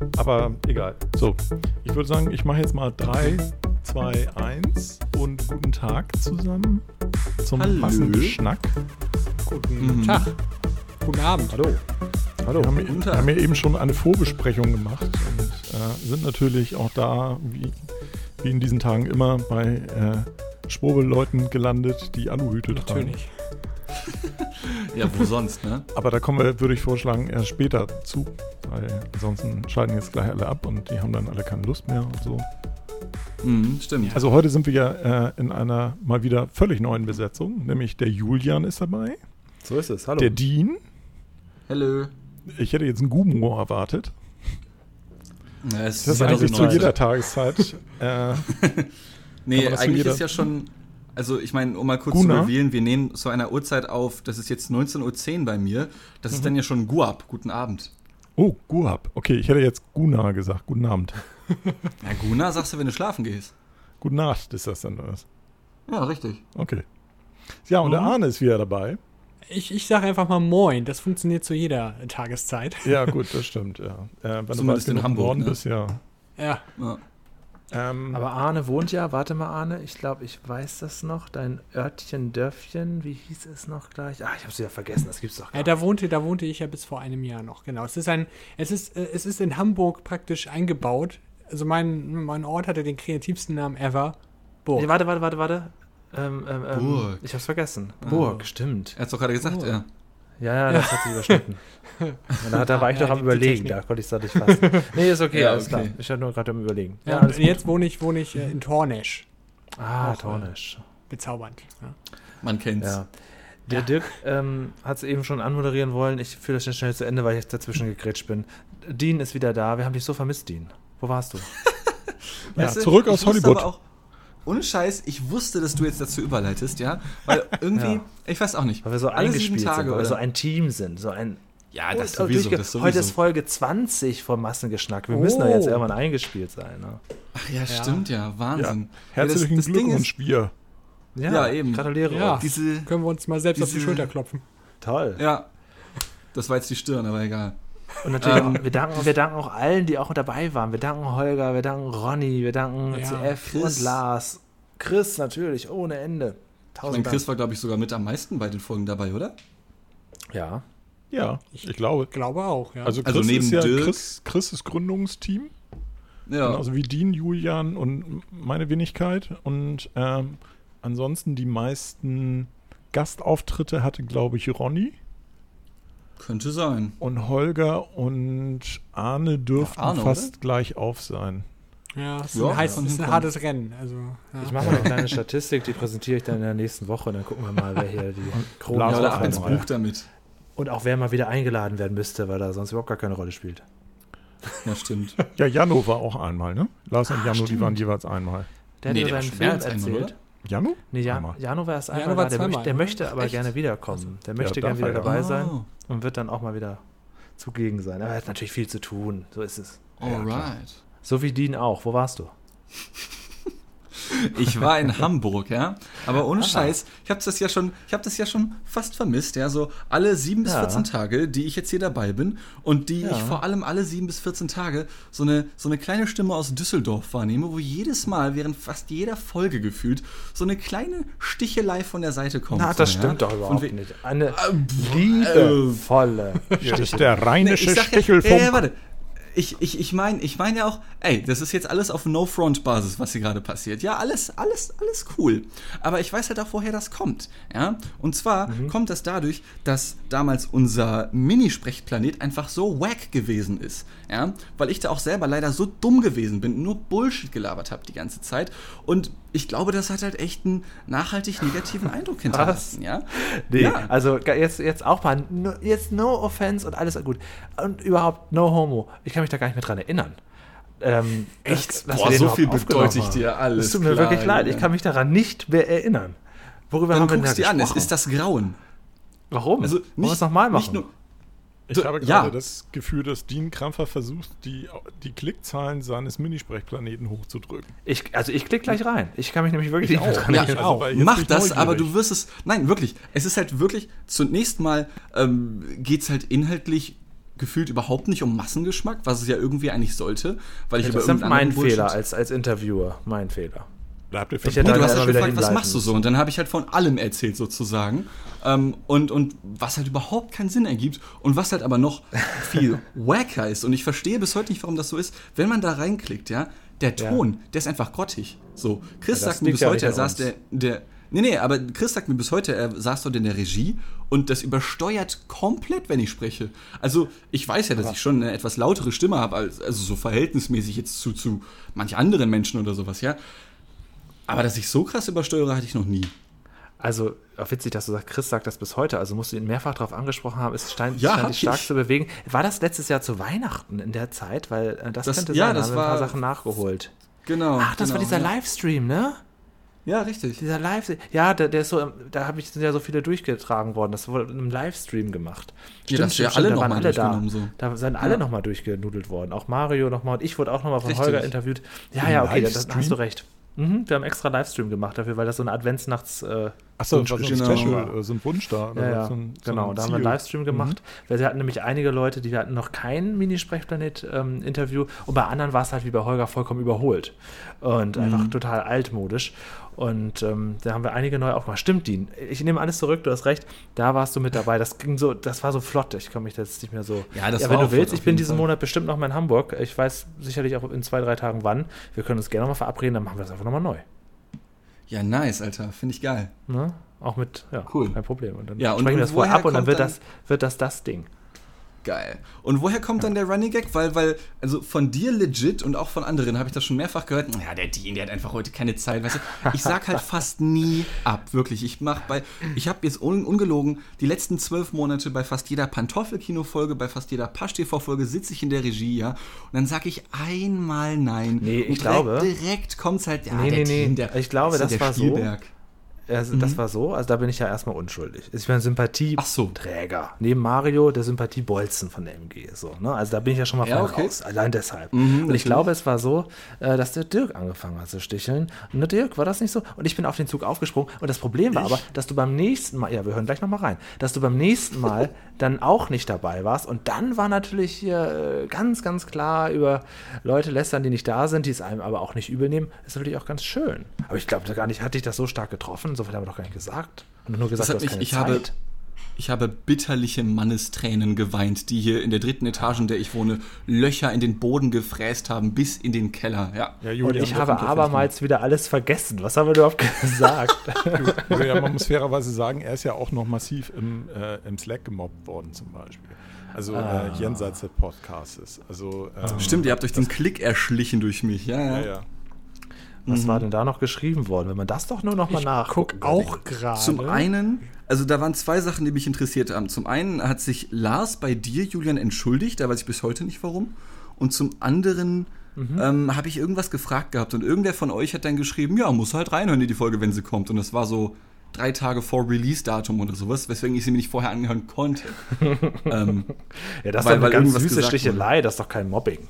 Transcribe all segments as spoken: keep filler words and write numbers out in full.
Aber egal. So, ich würde sagen, ich mache jetzt mal drei, zwei, eins und guten Tag zusammen zum Massengeschnack. Guten mhm. Tag. Guten Abend. Hallo. Hallo. Wir haben, wir haben ja eben schon eine Vorbesprechung gemacht und äh, sind natürlich auch da, wie, wie in diesen Tagen immer, bei äh, Schwurbelleuten gelandet, die Aluhüte tragen. Natürlich. Ja, wo sonst, ne? Aber da kommen wir, würde ich vorschlagen, erst später zu, weil ansonsten schalten jetzt gleich alle ab und die haben dann alle keine Lust mehr und so. Mhm, stimmt. Also heute sind wir ja äh, in einer mal wieder völlig neuen Besetzung, nämlich der Julian ist dabei. So ist es, hallo. Der Dean. Hallo. Ich hätte jetzt einen Gummo erwartet. Ja, das ist eigentlich zu jeder Tageszeit. äh, nee, eigentlich ist ja schon, also ich meine, um mal kurz Guna? zu revealen, wir nehmen zu einer Uhrzeit auf, das ist jetzt neunzehn Uhr zehn bei mir, das mhm. ist dann ja schon Guab, guten Abend. Oh, Guab. Okay, ich hätte jetzt Guna gesagt, guten Abend. Ja, Guna sagst du, wenn du schlafen gehst. Gute Nacht ist das dann was. Ja, richtig. Okay. Ja, und mhm. der Arne ist wieder dabei. Ich, ich sage einfach mal Moin, das funktioniert zu jeder Tageszeit. Ja, gut, das stimmt, ja. Äh, wenn Zumindest du in Hamburg, Norden ne? bist, ja. Ja. ja. Ähm, Aber Arne wohnt ja, warte mal Arne, ich glaube, ich weiß das noch, dein Örtchen, Dörfchen, wie hieß es noch gleich? Ach, ich habe es wieder vergessen, das gibt's doch gar ja, da wohnte, da wohnte ich ja bis vor einem Jahr noch, genau. Es ist ein, es ist, äh, es ist in Hamburg praktisch eingebaut. Also mein, mein Ort hatte den kreativsten Namen ever. Burg. Nee, warte, warte, warte, warte. Ähm, ähm, ähm, Burg. Ich hab's vergessen. Ah. Burg, stimmt. Er hat's doch gerade gesagt, Burg. ja. Ja, ja, das hat sich überschnitten. da, da war ich ja, noch am die, Überlegen, die da konnte ich es da nicht fassen. Nee, ist okay, ja, alles okay. klar. Ich war nur gerade am Überlegen. Ja, Ja, und jetzt wohne ich, wohne ich äh, in Tornesch. Ah, Auch, Tornesch. Äh, bezaubernd. Ja. Man kennt's. Ja. Der ja. Dirk ähm, hat es eben schon anmoderieren wollen. Ich führe das schnell, schnell zu Ende, weil ich jetzt dazwischen gegrätscht bin. Dean ist wieder da. Wir haben dich so vermisst, Dean. Wo warst du? ja, weißt du, zurück aus Hollywood. Aber auch, ohne Scheiß, ich wusste, dass du jetzt dazu überleitest, ja? Weil irgendwie, ja. ich weiß auch nicht. Weil wir so alle eingespielt sieben Tage, sind, weil wir oder? so ein Team sind. So ein ja, das oh, sowieso, das sowieso. Heute ist Folge zwanzig vom Massengeschnack. Wir oh. müssen da jetzt irgendwann eingespielt sein. Ne? Ach ja, stimmt ja. Wahnsinn. Ja. Herzlichen ja, das, das Glückwunsch, wir. Ja, ja, eben. Gratuliere. Ja, diese, können wir uns mal selbst diese, auf die Schulter klopfen. Toll. Ja, das war jetzt die Stirn, aber egal. Und natürlich, ähm, wir, danken, wir danken auch allen, die auch dabei waren. Wir danken Holger, wir danken Ronny, wir danken ja, C F Chris. Und Lars. Chris natürlich, ohne Ende. Tausend ich meine, Chris war, glaube ich, sogar mit am meisten bei den Folgen dabei, oder? Ja. Ja, ich, ich glaube. glaube auch, ja. Also Chris also neben ist ja Dirk, Chris, Chris ist Gründungsteam. Ja. Genauso wie Dean, Julian und meine Wenigkeit. Und ähm, ansonsten die meisten Gastauftritte hatte, glaube ich, Ronny. Könnte sein. Und Holger und Arne dürften ja, Arne, fast oder? gleich auf sein. Ja, es ist, ja, ein, heiß, ist ein hartes Rennen. Also, ja. Ich mache mal eine kleine Statistik, die präsentiere ich dann in der nächsten Woche und dann gucken wir mal, wer hier die Kronen ja, oder ab ins Buch damit. Und auch wer mal wieder eingeladen werden müsste, weil er sonst überhaupt gar keine Rolle spielt. Ja, stimmt. Ja, Jano war auch einmal, ne? Lars und Jano, die waren jeweils einmal. Der nee, hat der über seinen Film erzählt. Einmal, Jano? Nee, Jan, Jano war erst einmal Jano war da. Der, möchte, der möchte aber Echt? gerne wiederkommen. Der möchte ja, gerne wieder ja. dabei oh. sein und wird dann auch mal wieder zugegen sein. Aber er hat natürlich viel zu tun. So ist es. Alright. Ja, so wie Dean auch. Wo warst du? Ich war in Hamburg, ja, aber ohne Aha. Scheiß, ich habe das ja schon, ich habe das ja schon fast vermisst, ja, so alle sieben bis vierzehn Tage, die ich jetzt hier dabei bin und die ja. ich vor allem alle sieben bis vierzehn Tage so eine so eine kleine Stimme aus Düsseldorf wahrnehme, wo jedes Mal während fast jeder Folge gefühlt so eine kleine Stichelei von der Seite kommt. Na, das so, stimmt ja? doch überhaupt we- nicht. Eine äh, liebevolle äh, Das ist der rheinische nee, Stichelfunk. Ja, ja, warte. Ich, ich, ich meine ich mein ja auch, ey, das ist jetzt alles auf No-Front-Basis, was hier gerade passiert. Ja, alles, alles, alles cool. Aber ich weiß halt auch, woher das kommt. Ja? Und zwar mhm. kommt das dadurch, dass damals unser Minisprechplanet einfach so wack gewesen ist. Ja? Weil ich da auch selber leider so dumm gewesen bin, nur Bullshit gelabert habe die ganze Zeit. Und ich glaube, das hat halt echt einen nachhaltig negativen Eindruck hinterlassen. Ja? Nee, ja. also jetzt, jetzt auch mal, no, jetzt no offense und alles gut. Und überhaupt no homo. Ich kann mich da gar nicht mehr dran erinnern. Ähm, Echt? Dass, dass Boah, so viel bedeutet ich dir alles. Es tut mir klar, wirklich leid, ja. ich kann mich daran nicht mehr erinnern. Worüber Dann haben wir denn guckst da dir an, es gesprochen? ist das Grauen. Warum? Also Wollen wir nicht, es nochmal machen? Nicht nur, Ich Du- habe gerade ja. das Gefühl, dass Dean krampfer versucht, die, die Klickzahlen seines Minisprechplaneten hochzudrücken. Ich, also ich klicke gleich rein. Ich kann mich nämlich wirklich Ich nicht mehr auch. dran Ja, erinnern. also, weil jetzt bin mach ich das, neugierig. aber du wirst es. Nein, wirklich. Es ist halt wirklich. Zunächst mal ähm, geht es halt inhaltlich gefühlt überhaupt nicht um Massengeschmack, was es ja irgendwie eigentlich sollte. Weil ich ja, über das ist mein Bullshit Fehler als, als Interviewer, mein Fehler. Da habt ihr ich hätte du hast ja gefragt, was machst du so? Und dann habe ich halt von allem erzählt sozusagen. Ähm, und, und was halt überhaupt keinen Sinn ergibt und was halt aber noch viel wacker ist. Und ich verstehe bis heute nicht, warum das so ist. Wenn man da reinklickt, ja, der Ton, ja. der ist einfach grottig. So, Chris ja, sagt mir bis heute, er saß der, der Nee, nee, aber Chris sagt mir bis heute, er saß dort in der Regie und das übersteuert komplett, wenn ich spreche. Also, ich weiß ja, dass ich schon eine etwas lautere Stimme habe, als, also so verhältnismäßig jetzt zu, zu manch anderen Menschen oder sowas, ja. Aber dass ich so krass übersteuere, hatte ich noch nie. Also, auch witzig, dass du sagst, Chris sagt das bis heute, also musst du ihn mehrfach darauf angesprochen haben, es scheint, ja, scheint dich stark zu bewegen. War das letztes Jahr zu Weihnachten in der Zeit? Weil äh, das, das könnte ja, sein, das da haben wir ein paar Sachen nachgeholt. Genau. Ach, das genau, war dieser ja. Livestream, ne? Ja, richtig. Dieser Livestream, ja, der, der ist so, da habe ich sind ja so viele durchgetragen worden. Das wurde in einem Livestream gemacht. Ja, das stimmt, ja alle da noch waren mal alle da. So. Da sind alle ja. nochmal durchgenudelt worden. Auch Mario nochmal und ich wurde auch nochmal von richtig. Holger interviewt. Ja, ja, okay, da hast du recht. Mhm, wir haben extra Livestream gemacht dafür, weil das so eine Adventsnachts äh, Achso, das war so ein genau. Special, so ein Wunsch da. Ja, ja. So ein, so genau, ein da haben wir einen Livestream gemacht, mhm. weil sie hatten nämlich einige Leute, die hatten noch kein Mini-Sprechplanet-Interview ähm, und bei anderen war es halt wie bei Holger vollkommen überholt und mhm. einfach total altmodisch. Und ähm, da haben wir einige neue aufgemacht. Stimmt, Dean. Ich nehme alles zurück, du hast recht. Da warst du mit dabei. Das ging so, das war so flott. Ich kann mich jetzt nicht mehr so. Ja, das ja, war wenn auch du willst, ich bin diesen Fall. Monat bestimmt noch mal in Hamburg. Ich weiß sicherlich auch in zwei, drei Tagen wann. Wir können uns gerne nochmal verabreden, dann machen wir das einfach nochmal neu. Ja, nice, Alter. Finde ich geil. Ne? Auch mit, ja, cool. Kein Problem. Und dann ja, sprechen und, wir das vorher ab und dann wird dann das, wird das das Ding. Geil. Und woher kommt dann der Running Gag? Weil, weil, also von dir legit und auch von anderen habe ich das schon mehrfach gehört. Ja, der Dean, der hat einfach heute keine Zeit. Weißt du? Ich sag halt fast nie ab, wirklich. Ich mach bei, ich habe jetzt un, ungelogen die letzten zwölf Monate bei fast jeder Pantoffel-Kino-Folge, bei fast jeder Pasch-T V-Folge sitze ich in der Regie, ja. Und dann sage ich einmal nein. Nee, ich und glaube. Direkt, direkt kommt's halt, ja, nee, der nee, Dean, nee. der, ich glaube, das der war Spielberg. so. Also, mhm. Das war so, also da bin ich ja erstmal unschuldig. Ich bin ein Sympathieträger. So. Neben Mario der Sympathiebolzen von der M G. So, ne? Also da bin ich ja schon mal ja, fein okay. raus. Allein deshalb. Mhm, und ich glaube, es war so, dass der Dirk angefangen hat zu sticheln. Und der Dirk, war das nicht so? Und ich bin auf den Zug aufgesprungen. Und das Problem war ich? aber, dass du beim nächsten Mal, ja, wir hören gleich nochmal rein, dass du beim nächsten Mal dann auch nicht dabei warst. Und dann war natürlich hier ganz, ganz klar über Leute lästern, die nicht da sind, die es einem aber auch nicht übel nehmen. Das ist natürlich auch ganz schön. Aber ich glaube gar nicht, hatte ich das so stark getroffen? So viel haben wir doch gar nicht gesagt. Und nur gesagt, das du hast keine ich, ich Zeit. Habe, ich habe bitterliche Mannestränen geweint, die hier in der dritten Etage, in der ich wohne, Löcher in den Boden gefräst haben, bis in den Keller. Ja. Ja, Julian, und ich habe abermals wieder alles vergessen. Was haben wir überhaupt gesagt? Ja, man muss fairerweise sagen, er ist ja auch noch massiv im, äh, im Slack gemobbt worden zum Beispiel. Also ah. äh, jenseits des Podcasts. Also, ähm, Stimmt, ihr habt euch den Klick erschlichen durch mich. Ja, ja. ja, ja. Was mhm. war denn da noch geschrieben worden? Wenn man das doch nur noch mal nachguckt. Guck auch gerade. Zum einen, also da waren zwei Sachen, die mich interessiert haben. Zum einen hat sich Lars bei dir, Julian, entschuldigt, da weiß ich bis heute nicht warum. Und zum anderen mhm. ähm, habe ich irgendwas gefragt gehabt und irgendwer von euch hat dann geschrieben, ja, muss halt reinhören in die Folge, wenn sie kommt. Und das war so drei Tage vor Release-Datum oder sowas, weswegen ich sie mir nicht vorher anhören konnte. ähm, ja, das ist doch eine ganz süße Stichelei, wurde. Das ist doch kein Mobbing.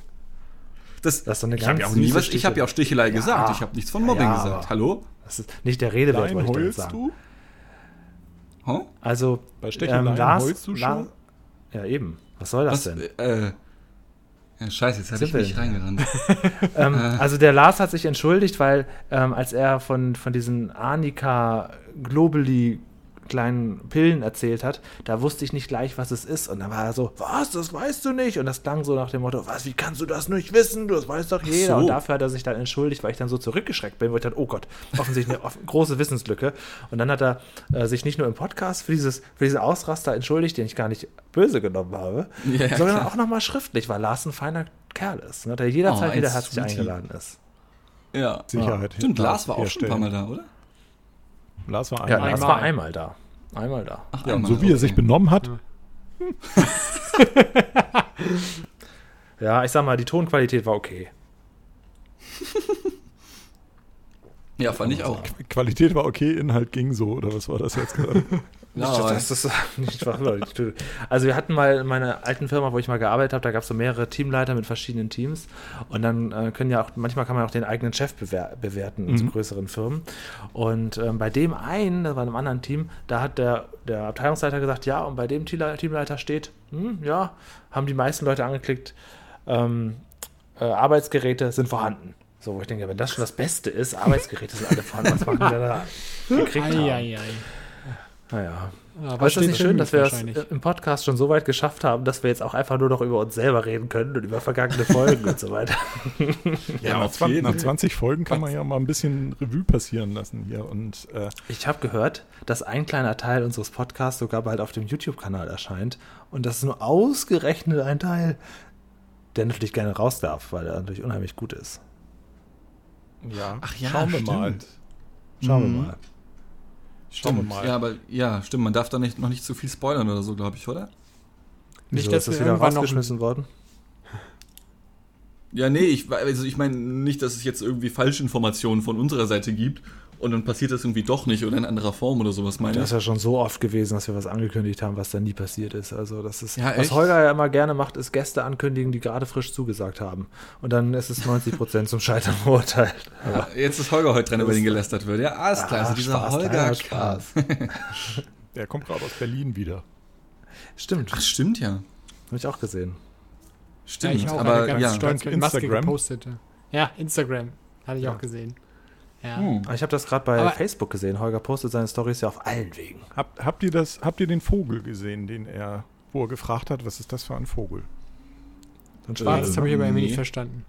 Das, das ist eine ich habe ja auch nie was, ich habe ja auch Stichelei ja. gesagt. Ich habe nichts von Mobbing ja, gesagt. Hallo? Das ist nicht der Rede wert, wollte ich damit sagen. Du? Huh? Also bei Sticheleien ähm, Lars, heulst du schon? La- ja, eben. Was soll das was, denn? Äh, ja, scheiße, jetzt habe ich mich reingerannt. ähm, äh. Also der Lars hat sich entschuldigt, weil ähm, als er von, von diesen Arnika Globally kleinen Pillen erzählt hat, da wusste ich nicht gleich, was es ist. Und dann war er so, was, das weißt du nicht? Und das klang so nach dem Motto, was, wie kannst du das nicht wissen? Das weiß doch jeder. So. Und dafür hat er sich dann entschuldigt, weil ich dann so zurückgeschreckt bin, wo ich dachte, oh Gott, offensichtlich eine große Wissenslücke. Und dann hat er äh, sich nicht nur im Podcast für, dieses, für diesen Ausraster entschuldigt, den ich gar nicht böse genommen habe, ja, ja, sondern klar. auch nochmal schriftlich, weil Lars ein feiner Kerl ist, ne, der jederzeit oh, wieder herzlich eingeladen ist. Ja, Sicherheit. Stimmt, Lars war auch schon ein paar Mal da, oder? Lars war einmal, ja, Lars einmal. war einmal da. Einmal da. Ach, ja, einmal, so wie okay. er sich benommen hat. Ja, ich sag mal, die Tonqualität war okay. Ja, fand ich auch. Qualität war okay, Inhalt ging so, oder was war das jetzt gerade? Nicht, dass das nicht wahr. Also wir hatten mal in meiner alten Firma, wo ich mal gearbeitet habe, da gab es so mehrere Teamleiter mit verschiedenen Teams und dann äh, können ja auch, manchmal kann man auch den eigenen Chef bewer- bewerten in mhm. so größeren Firmen und ähm, bei dem einen, das war in einem anderen Team, da hat der, der Abteilungsleiter gesagt, ja, und bei dem Teamleiter steht, hm, ja, haben die meisten Leute angeklickt, ähm, äh, Arbeitsgeräte sind vorhanden. So, wo ich denke, wenn das schon das Beste ist, Arbeitsgeräte sind alle vorhanden, was machen wir da gekriegt haben? Ei, ei, ei. Naja. Ja, aber ist das nicht schön, dass wir das im Podcast schon so weit geschafft haben, dass wir jetzt auch einfach nur noch über uns selber reden können und über vergangene Folgen und so weiter. Ja, nach, zwanzig, nach zwanzig Folgen kann man ja mal ein bisschen Revue passieren lassen hier. Und, äh ich habe gehört, dass ein kleiner Teil unseres Podcasts sogar bald auf dem YouTube-Kanal erscheint und das ist nur ausgerechnet ein Teil, der natürlich gerne raus darf, weil er natürlich unheimlich gut ist. Ja, Ach ja, schauen wir stimmt. mal. Schauen Mhm. wir mal. Schauen wir Stimmt. mal. Ja, aber ja, stimmt. Man darf da nicht, noch nicht zu viel spoilern oder so, glaube ich, oder? Nicht, Wieso, dass ist das wir wieder irgendwann noch rausgeschmissen worden? Ja, nee, ich, also ich meine nicht, dass es jetzt irgendwie Falschinformationen von unserer Seite gibt und dann passiert das irgendwie doch nicht oder in anderer Form oder sowas, meine Das ich. ist ja schon so oft gewesen, dass wir was angekündigt haben, was dann nie passiert ist. Also das ist, Ja, was echt? Holger ja immer gerne macht, ist Gäste ankündigen, die gerade frisch zugesagt haben. Und dann ist es neunzig Prozent zum Scheitern verurteilt. Ja, jetzt ist Holger heute dran, über den gelästert wird. Ja, alles klar, Ah, also dieser Spaß, Holger ja, Spaß. Der kommt gerade aus Berlin wieder. Stimmt, Ach, stimmt ja. habe ich auch gesehen. Stimmt, ja, ich auch, aber ganz ja. stolz mit Maske Instagram? gepostet. Ja, Instagram. Hatte ich Ja. auch gesehen. Ja. Hm. Aber ich habe das gerade bei Aber- Facebook gesehen. Holger postet seine Storys ja auf allen Wegen. Habt, habt ihr das, habt ihr den Vogel gesehen, den er, wo er gefragt hat, was ist das für ein Vogel? Dann Schwarz, das habe ich aber irgendwie Nee. nicht verstanden.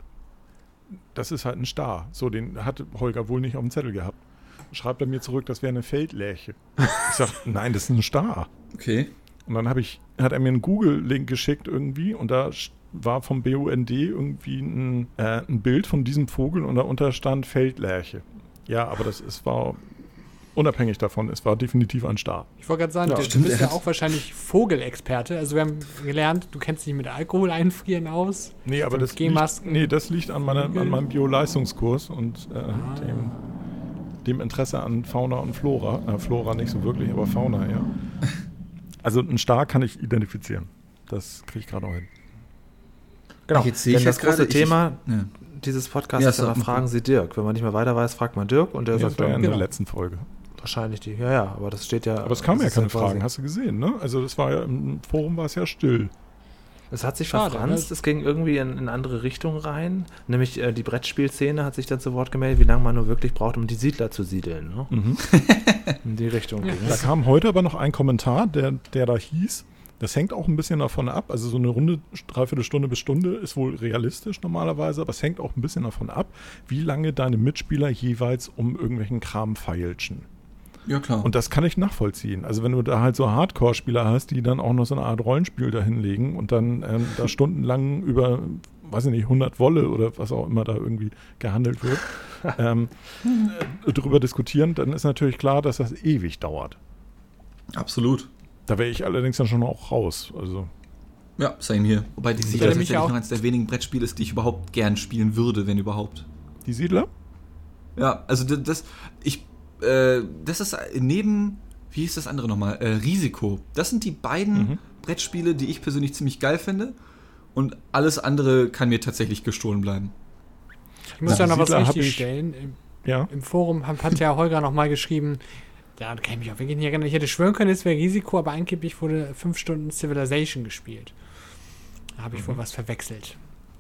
Das ist halt ein Star. So, den hat Holger wohl nicht auf dem Zettel gehabt. Schreibt er mir zurück, das wäre eine Feldlerche. Ich sag, nein, das ist ein Star. Okay. Und dann habe ich, hat er mir einen Google-Link geschickt irgendwie und da st- war vom B U N D irgendwie ein, äh, ein Bild von diesem Vogel und darunter stand Feldlerche. Ja, aber das ist, war unabhängig davon, es war definitiv ein Star. Ich wollte gerade sagen, Ja, du, stimmt, du bist er ja hat- auch wahrscheinlich Vogelexperte. Also wir haben gelernt, du kennst dich mit Alkohol einfrieren aus. Nee, aber das liegt, fünf G-Masken. nee, das liegt an, meiner, Vögel. an meinem Bio-Leistungskurs und äh, Ah. dem, dem Interesse an Fauna und Flora. Äh, Flora nicht so wirklich, aber Fauna, ja. Also einen Star kann ich identifizieren. Das kriege ich gerade noch hin. Genau, Jetzt sehe ich denn das jetzt große gerade, ich- Thema Ja. dieses Podcasts Ja, ist ja so- immer, fragen Sie Dirk. Wenn man nicht mehr weiter weiß, fragt man Dirk und der Ja, das sagt war ja dann, in genau. der letzten Folge. wahrscheinlich die. Ja, ja, aber das steht ja. Aber es kamen ja das ist keine quasi- Fragen, hast du gesehen, ne? Also das war ja, im Forum war es ja still. Es hat sich Schade, verfranst, ne? es ging irgendwie in, in andere Richtungen rein. Nämlich äh, die Brettspielszene hat sich dann zu Wort gemeldet, wie lange man nur wirklich braucht, um die Siedler zu siedeln. Ne? Mhm. In die Richtung ging Da es. kam heute aber noch ein Kommentar, der, der da hieß, das hängt auch ein bisschen davon ab, also so eine Runde, dreiviertel Stunde bis Stunde ist wohl realistisch normalerweise, aber es hängt auch ein bisschen davon ab, wie lange deine Mitspieler jeweils um irgendwelchen Kram feilschen. Ja, klar. Und das kann ich nachvollziehen. Also wenn du da halt so Hardcore-Spieler hast, die dann auch noch so eine Art Rollenspiel da hinlegen und dann ähm, da stundenlang über, weiß ich nicht, hundert Wolle oder was auch immer da irgendwie gehandelt wird, ähm, äh, drüber diskutieren, dann ist natürlich klar, dass das ewig dauert. Absolut. Da wäre ich allerdings dann schon auch raus. Also Ja, same hier. Wobei die würde Siedler mich tatsächlich auch- noch eines der wenigen Brettspiele ist, die ich überhaupt gern spielen würde, wenn überhaupt. die Siedler? Ja, also d- das, ich, äh, das ist neben, wie hieß das andere nochmal, äh, Risiko. Das sind die beiden Mhm. Brettspiele, die ich persönlich ziemlich geil finde. Und alles andere kann mir tatsächlich gestohlen bleiben. Ich muss Ja, ja noch was Siedler hab richtig ich- stellen. Im, Ja. Im Forum hat, hat ja Holger noch mal geschrieben, ja, da kann ich mich auch wirklich nicht erinnern. Ich hätte schwören können, es wäre Risiko, aber angeblich wurde fünf Stunden Civilization gespielt. Da habe ich wohl was verwechselt.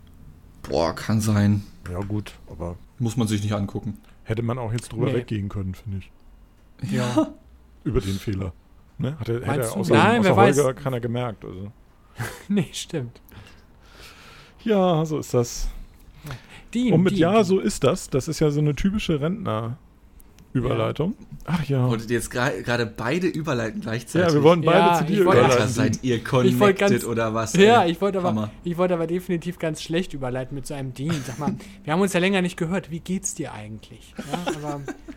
Boah, kann sein. Ja gut, aber Muss man sich nicht angucken. hätte man auch jetzt drüber Nee. weggehen können, finde ich. Ja. Über den Fehler. Ne? Hat er, hätte Meinst er du? außer, Nein, außer wer weiß. Holger keiner gemerkt. Also. Nee, stimmt. Ja, so ist das. Die, Und mit die, Ja, die. so ist das. Das ist ja so eine typische Rentner-Überleitung. Ach ja. Wolltet ihr jetzt gra- gerade beide überleiten gleichzeitig? Ja, wir wollten beide Ja, zu ich dir wollte- Alter, überleiten. seid ihr Ich wollte connected ganz- oder was? Ja, ey? ich wollte, aber, Hammer. ich wollte aber definitiv ganz schlecht überleiten mit so einem Dean. Sag mal, wir haben uns ja länger nicht gehört. Wie geht's dir eigentlich? Ja, aber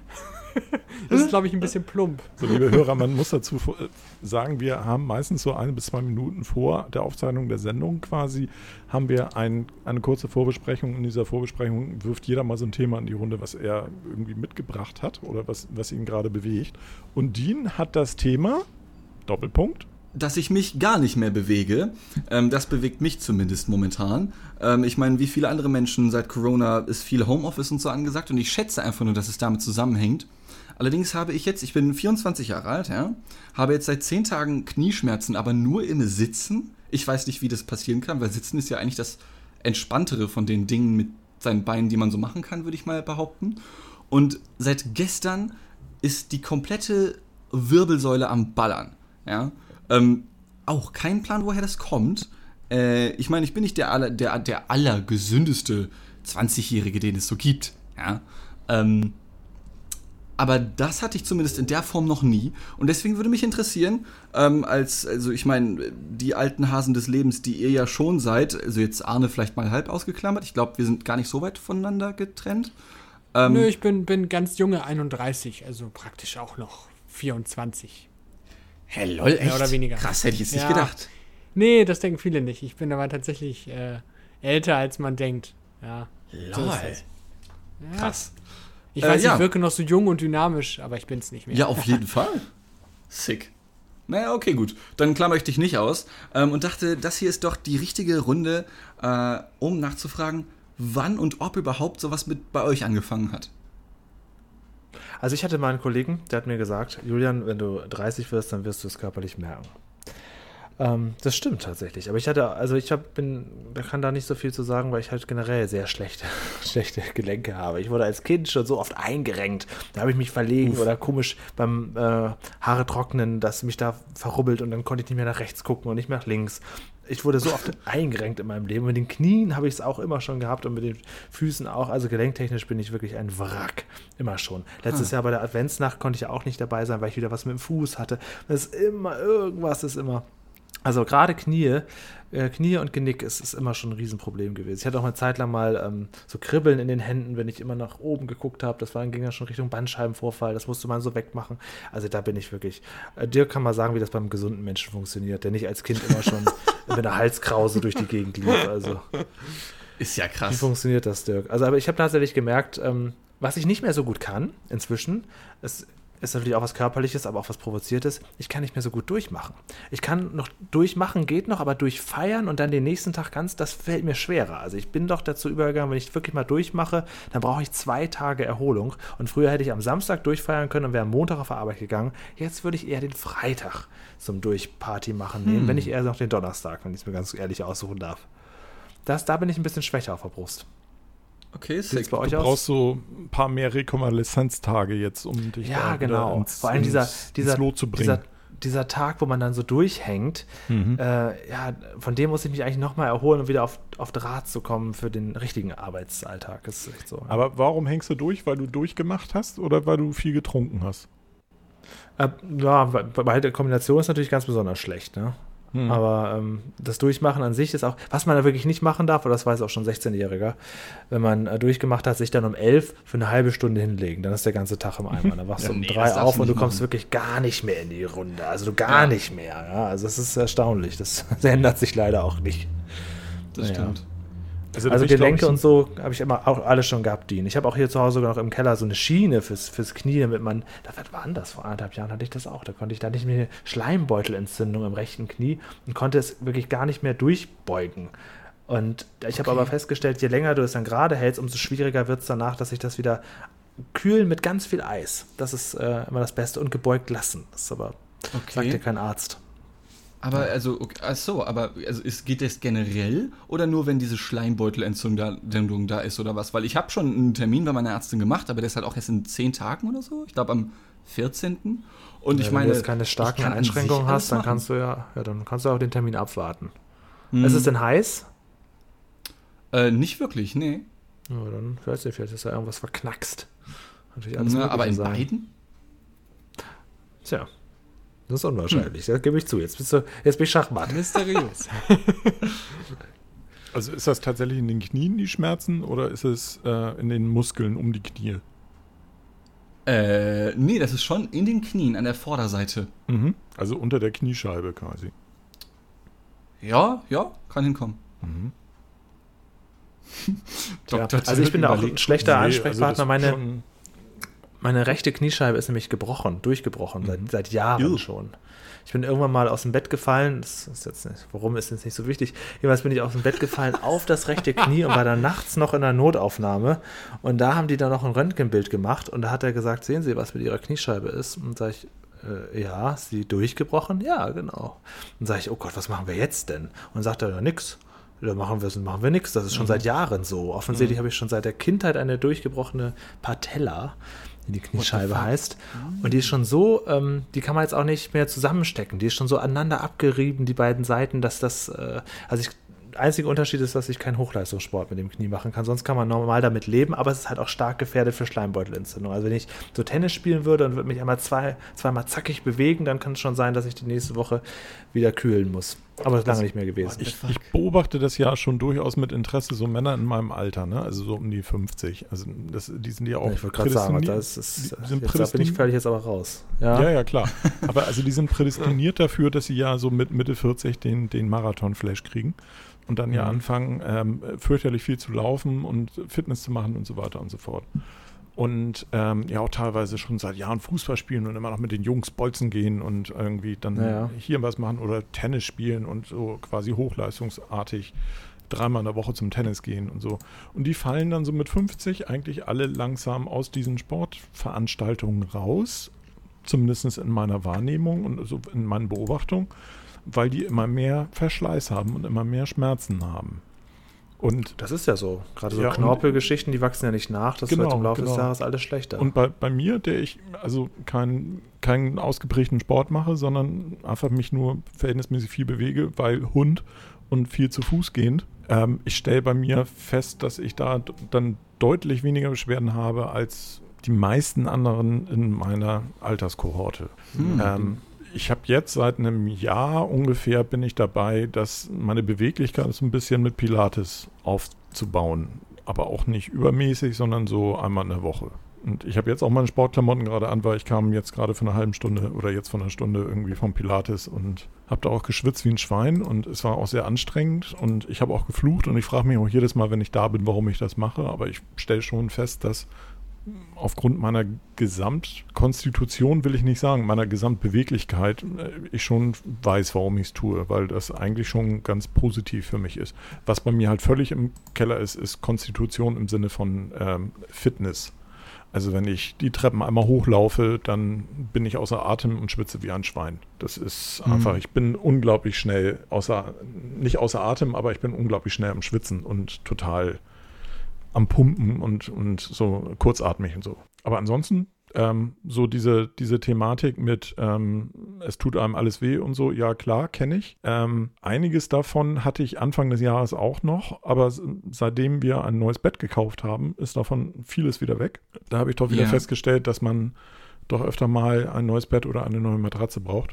das ist, glaube ich, ein bisschen plump. So, liebe Hörer, man muss dazu äh, sagen, wir haben meistens so eine bis zwei Minuten vor der Aufzeichnung der Sendung quasi, haben wir ein, eine kurze Vorbesprechung. In dieser Vorbesprechung wirft jeder mal so ein Thema in die Runde, was er irgendwie mitgebracht hat oder was, was ihn gerade bewegt. Und Dean hat das Thema Doppelpunkt. Dass ich mich gar nicht mehr bewege. Ähm, das bewegt mich zumindest momentan. Ähm, ich meine, wie viele andere Menschen seit Corona ist viel Homeoffice und so angesagt und ich schätze einfach nur, dass es damit zusammenhängt. Allerdings habe ich jetzt, ich bin vierundzwanzig Jahre alt, ja, habe jetzt seit zehn Tagen Knieschmerzen, aber nur im Sitzen. Ich weiß nicht, wie das passieren kann, weil Sitzen ist ja eigentlich das Entspanntere von den Dingen mit seinen Beinen, die man so machen kann, würde ich mal behaupten. Und seit gestern ist die komplette Wirbelsäule am Ballern, ja. Ähm, auch kein Plan, woher das kommt. Äh, ich meine, ich bin nicht der, aller, der, der allergesündeste zwanzigjährige, den es so gibt. Ja? Ähm, aber das hatte ich zumindest in der Form noch nie. Und deswegen würde mich interessieren, ähm, als, also ich meine, die alten Hasen des Lebens, die ihr ja schon seid, also jetzt Arne vielleicht mal halb ausgeklammert, ich glaube, wir sind gar nicht so weit voneinander getrennt. Ähm, Nö, ich bin, bin ganz junge einunddreißig, also praktisch auch noch vierundzwanzig. Hey, lol, echt? Mehr oder weniger. Krass, hätte ich jetzt nicht ja. gedacht. Nee, das denken viele nicht. Ich bin aber tatsächlich äh, älter, als man denkt. Ja. Lol. So ist ja. Krass. Ich weiß, äh, ja. ich wirke noch so jung und dynamisch, aber ich bin es nicht mehr. Ja, auf jeden Fall. Sick. Naja, okay, gut. Dann klammer ich dich nicht aus. Ähm, und dachte, das hier ist doch die richtige Runde, äh, um nachzufragen, wann und ob überhaupt sowas mit bei euch angefangen hat. Also ich hatte mal einen Kollegen, der hat mir gesagt, Julian, wenn du dreißig wirst, dann wirst du es körperlich merken. Ähm, das stimmt tatsächlich. Aber ich hatte, also ich hab, bin, kann da nicht so viel zu sagen, weil ich halt generell sehr schlechte, schlechte Gelenke habe. Ich wurde als Kind schon so oft eingerenkt. Da habe ich mich verlegen Uff. oder komisch beim äh, Haare trocknen, dass mich da verrubbelt und dann konnte ich nicht mehr nach rechts gucken und nicht mehr nach links. Ich wurde so oft eingerenkt in meinem Leben. Mit den Knien habe ich es auch immer schon gehabt und mit den Füßen auch. Also gelenktechnisch bin ich wirklich ein Wrack. Immer schon. Letztes ah. Jahr bei der Adventsnacht konnte ich ja auch nicht dabei sein, weil ich wieder was mit dem Fuß hatte. Das ist immer, irgendwas ist immer. Also gerade Knie, äh, Knie und Genick ist, ist immer schon ein Riesenproblem gewesen. Ich hatte auch eine Zeit lang mal ähm, so Kribbeln in den Händen, wenn ich immer nach oben geguckt habe. Das war, ging ja schon Richtung Bandscheibenvorfall. Das musste man so wegmachen. Also da bin ich wirklich. Äh, dir kann man sagen, wie das beim gesunden Menschen funktioniert, der nicht als Kind immer schon mit einer Halskrause durch die Gegend lief. Also ist ja krass. Wie funktioniert das, Dirk? Also aber ich habe tatsächlich gemerkt, ähm, was ich nicht mehr so gut kann inzwischen, ist ist natürlich auch was Körperliches, aber auch was Provoziertes. Ich kann nicht mehr so gut durchmachen. Ich kann noch durchmachen, geht noch, aber durchfeiern und dann den nächsten Tag ganz, das fällt mir schwerer. Also ich bin doch dazu übergegangen, wenn ich wirklich mal durchmache, dann brauche ich zwei Tage Erholung. Und früher hätte ich am Samstag durchfeiern können und wäre am Montag auf der Arbeit gegangen. Jetzt würde ich eher den Freitag zum Durchparty machen nehmen, hm. wenn ich eher noch den Donnerstag, wenn ich es mir ganz ehrlich aussuchen darf. Das, da bin ich ein bisschen schwächer auf der Brust. Okay, sick. Bei euch du aus? Brauchst so ein paar mehr Rekonvaleszenztage jetzt, um dich ja, da genau. ins, Vor allem dieser, ins, dieser, ins Lot zu bringen. Dieser, dieser Tag, wo man dann so durchhängt, mhm. äh, ja, von dem muss ich mich eigentlich nochmal erholen, um wieder auf, auf Draht zu kommen für den richtigen Arbeitsalltag. Das ist echt so. Aber warum hängst du durch? Weil du durchgemacht hast oder weil du viel getrunken hast? Äh, ja, weil die Kombination ist natürlich ganz besonders schlecht, ne? Hm. Aber ähm, das Durchmachen an sich ist auch, was man da wirklich nicht machen darf, oder das weiß auch schon ein sechzehnjähriger, wenn man äh, durchgemacht hat, sich dann um elf für eine halbe Stunde hinlegen, dann ist der ganze Tag im Eimer. Dann wachst ja, du um nee, drei auf und du kommst machen. wirklich gar nicht mehr in die Runde. Also du gar ja. nicht mehr. Ja? Also das ist erstaunlich. Das, das ändert sich leider auch nicht. Das naja. stimmt. Also, also Gelenke ich, und so habe ich immer auch alles schon gehabt, Dean. Ich habe auch hier zu Hause sogar noch im Keller so eine Schiene fürs, fürs Knie, damit man, da war anders, vor anderthalb Jahren hatte ich das auch, da konnte ich da nicht mehr eine Schleimbeutelentzündung im rechten Knie und konnte es wirklich gar nicht mehr durchbeugen. Und ich habe okay. aber festgestellt, je länger du es dann gerade hältst, umso schwieriger wird es danach, dass ich das wieder kühlen mit ganz viel Eis. Das ist äh, immer das Beste und gebeugt lassen. Das ist aber, okay. sagt dir kein Arzt. Aber also, okay, ach so, aber also ist, geht das generell oder nur, wenn diese Schleimbeutelentzündung da, da ist oder was? Weil ich habe schon einen Termin bei meiner Ärztin gemacht, aber der ist halt auch erst in zehn Tagen oder so. Ich glaube am vierzehnten Und ja, ich meine, wenn du jetzt keine starken Einschränkungen hast, dann kannst du ja, ja, dann kannst du auch den Termin abwarten. Hm. Ist es denn heiß? Äh, nicht wirklich, nee. Ja, dann vielleicht ist ja irgendwas verknackst. Natürlich alles Na, aber in sein. beiden? Tja. Das ist unwahrscheinlich, hm. das gebe ich zu. Jetzt, bist du, jetzt bin ich Schachmatt. Mysteriös. Also ist das tatsächlich in den Knien die Schmerzen oder ist es äh, in den Muskeln um die Knie? Äh, nee, das ist schon in den Knien, an der Vorderseite. Mhm. Also unter der Kniescheibe quasi. Ja, ja, kann hinkommen. Mhm. Ja, also ich bin da auch ein schlechter nee, Ansprechpartner. Also meine... Meine rechte Kniescheibe ist nämlich gebrochen, durchgebrochen, mhm. seit, seit Jahren Juh. schon. Ich bin irgendwann mal aus dem Bett gefallen, das ist jetzt nicht, warum ist jetzt nicht so wichtig, jedenfalls bin ich aus dem Bett gefallen auf das rechte Knie und war dann nachts noch in der Notaufnahme und da haben die dann noch ein Röntgenbild gemacht und da hat er gesagt, sehen Sie, was mit Ihrer Kniescheibe ist? Und sage ich, äh, ja, ist die durchgebrochen? Ja, genau. Und sage ich, oh Gott, was machen wir jetzt denn? Und dann sagt er, ja, nix. Da machen wir, machen wir nichts, das ist schon mhm. seit Jahren so. Offensichtlich mhm. habe ich schon seit der Kindheit eine durchgebrochene Patella, die die Kniescheibe heißt. Und die ist schon so, ähm, die kann man jetzt auch nicht mehr zusammenstecken. Die ist schon so aneinander abgerieben, die beiden Seiten, dass das, äh, also ich, der einzige Unterschied ist, dass ich keinen Hochleistungssport mit dem Knie machen kann. Sonst kann man normal damit leben, aber es ist halt auch stark gefährdet für Schleimbeutelentzündung. Also wenn ich so Tennis spielen würde und würde mich einmal zwei, zweimal zackig bewegen, dann kann es schon sein, dass ich die nächste Woche wieder kühlen muss. Aber das ist lange nicht mehr gewesen. Ich, ich beobachte das ja schon durchaus mit Interesse, so Männer in meinem Alter, ne? Also so um die fünfzig. Also das, die sind ja auch ja, ich wollte gerade sagen, das ist, die sind jetzt, da bin ich völlig jetzt aber raus. Ja, ja, ja, klar. Aber also die sind prädestiniert dafür, dass sie ja so mit Mitte vierzig den, den Marathon-Flash kriegen und dann ja mhm. anfangen, ähm, fürchterlich viel zu laufen und Fitness zu machen und so weiter und so fort. Und ähm, ja auch teilweise schon seit Jahren Fußball spielen und immer noch mit den Jungs bolzen gehen und irgendwie dann ja, ja. hier was machen oder Tennis spielen und so quasi hochleistungsartig dreimal in der Woche zum Tennis gehen und so. Und die fallen dann so mit fünfzig eigentlich alle langsam aus diesen Sportveranstaltungen raus, zumindest in meiner Wahrnehmung und so in meinen Beobachtungen, weil die immer mehr Verschleiß haben und immer mehr Schmerzen haben. Und das ist ja so. Gerade so ja, Knorpelgeschichten, die wachsen ja nicht nach. Das genau, wird im Laufe genau. des Jahres alles schlechter. Und bei, bei mir, der ich also keinen keinen ausgeprägten Sport mache, sondern einfach mich nur verhältnismäßig viel bewege, weil Hund und viel zu Fuß gehend. Ähm, ich stelle bei mir fest, dass ich da d- dann deutlich weniger Beschwerden habe als die meisten anderen in meiner Alterskohorte. Hm. Ähm, Ich habe jetzt seit einem Jahr ungefähr bin ich dabei, dass meine Beweglichkeit so ein bisschen mit Pilates aufzubauen. Aber auch nicht übermäßig, sondern so einmal in der Woche. Und ich habe jetzt auch meine Sportklamotten gerade an, weil ich kam jetzt gerade für eine halbe Stunde oder jetzt von einer Stunde irgendwie vom Pilates und habe da auch geschwitzt wie ein Schwein und es war auch sehr anstrengend und ich habe auch geflucht und ich frage mich auch jedes Mal, wenn ich da bin, warum ich das mache. Aber ich stelle schon fest, dass aufgrund meiner Gesamtkonstitution, will ich nicht sagen, meiner Gesamtbeweglichkeit, ich schon weiß, warum ich es tue, weil das eigentlich schon ganz positiv für mich ist. Was bei mir halt völlig im Keller ist, ist Konstitution im Sinne von ähm, Fitness. Also wenn ich die Treppen einmal hochlaufe, dann bin ich außer Atem und schwitze wie ein Schwein. Das ist mhm. einfach, ich bin unglaublich schnell, außer, nicht außer Atem, aber ich bin unglaublich schnell am Schwitzen und total am Pumpen und, und so kurzatmig und so. Aber ansonsten, ähm, so diese, diese Thematik mit ähm, es tut einem alles weh und so, ja klar, kenne ich. Ähm, einiges davon hatte ich Anfang des Jahres auch noch, aber seitdem wir ein neues Bett gekauft haben, ist davon vieles wieder weg. Da habe ich doch wieder yeah. festgestellt, dass man doch öfter mal ein neues Bett oder eine neue Matratze braucht.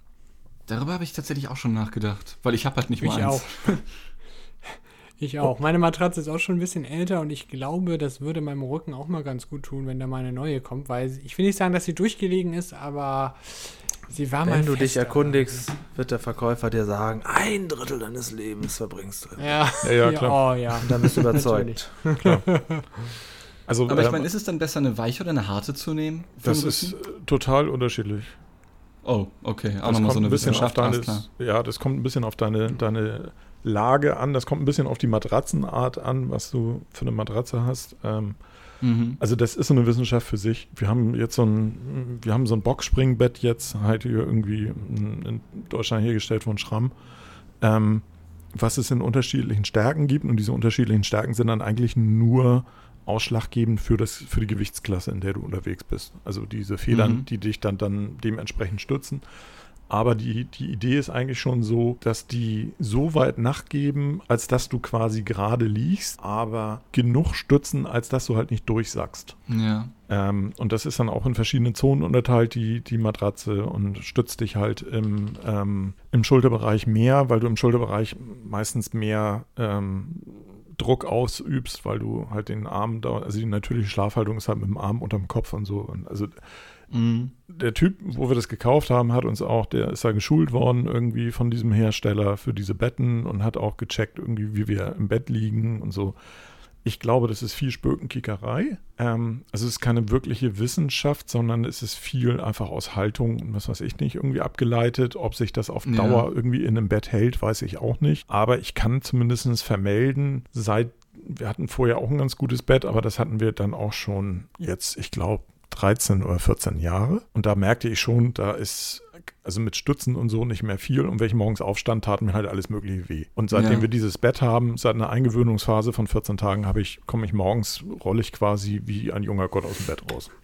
Darüber habe ich tatsächlich auch schon nachgedacht, weil ich habe halt nicht mal ich eins. Auch. Ich auch. Meine Matratze ist auch schon ein bisschen älter und ich glaube, das würde meinem Rücken auch mal ganz gut tun, wenn da mal eine neue kommt, weil ich will nicht sagen, dass sie durchgelegen ist, aber sie war mal Wenn du fester. dich erkundigst, wird der Verkäufer dir sagen, ein Drittel deines Lebens verbringst du. Ja, ja, ja klar. Oh, ja. Und dann bist du überzeugt. Klar. Also, aber ich ähm, meine, ist es dann besser, eine weiche oder eine harte zu nehmen? Das ist total unterschiedlich. Oh, okay. Auch das nochmal so eine ein bisschen auf Wissenschaft. deine, ja, das kommt ein bisschen auf deine, deine Lage an. Das kommt ein bisschen auf die Matratzenart an, was du für eine Matratze hast. Ähm, mhm. Also das ist so eine Wissenschaft für sich. Wir haben jetzt so ein, wir haben so ein Boxspringbett jetzt halt hier irgendwie in Deutschland hergestellt von Schramm, ähm, was es in unterschiedlichen Stärken gibt. Und diese unterschiedlichen Stärken sind dann eigentlich nur ausschlaggebend für, das, für die Gewichtsklasse, in der du unterwegs bist. Also diese Federn, mhm. die dich dann, dann dementsprechend stützen. Aber die, die Idee ist eigentlich schon so, dass die so weit nachgeben, als dass du quasi gerade liegst, aber genug stützen, als dass du halt nicht durchsackst. Ja. Ähm, und das ist dann auch in verschiedene Zonen unterteilt, die, die Matratze, und stützt dich halt im, ähm, im Schulterbereich mehr, weil du im Schulterbereich meistens mehr ähm, Druck ausübst, weil du halt den Arm da, also die natürliche Schlafhaltung ist halt mit dem Arm unterm Kopf und so. Und also mhm. der Typ, wo wir das gekauft haben, hat uns auch, der ist da geschult worden irgendwie von diesem Hersteller für diese Betten und hat auch gecheckt irgendwie, wie wir im Bett liegen und so. Ich glaube, das ist viel Spökenkickerei. Ähm, also es ist keine wirkliche Wissenschaft, sondern es ist viel einfach aus Haltung und was weiß ich nicht irgendwie abgeleitet. Ob sich das auf Dauer ja. irgendwie in einem Bett hält, weiß ich auch nicht. Aber ich kann zumindest vermelden, seit, wir hatten vorher auch ein ganz gutes Bett, aber das hatten wir dann auch schon jetzt, ich glaube, dreizehn oder vierzehn Jahre. Und da merkte ich schon, da ist also mit Stützen und so nicht mehr viel. Und wenn ich morgens aufstand, tat mir halt alles Mögliche weh. Und seitdem ja. wir dieses Bett haben, seit einer Eingewöhnungsphase von vierzehn Tagen, habe ich, komme ich morgens, rolle ich quasi wie ein junger Gott aus dem Bett raus.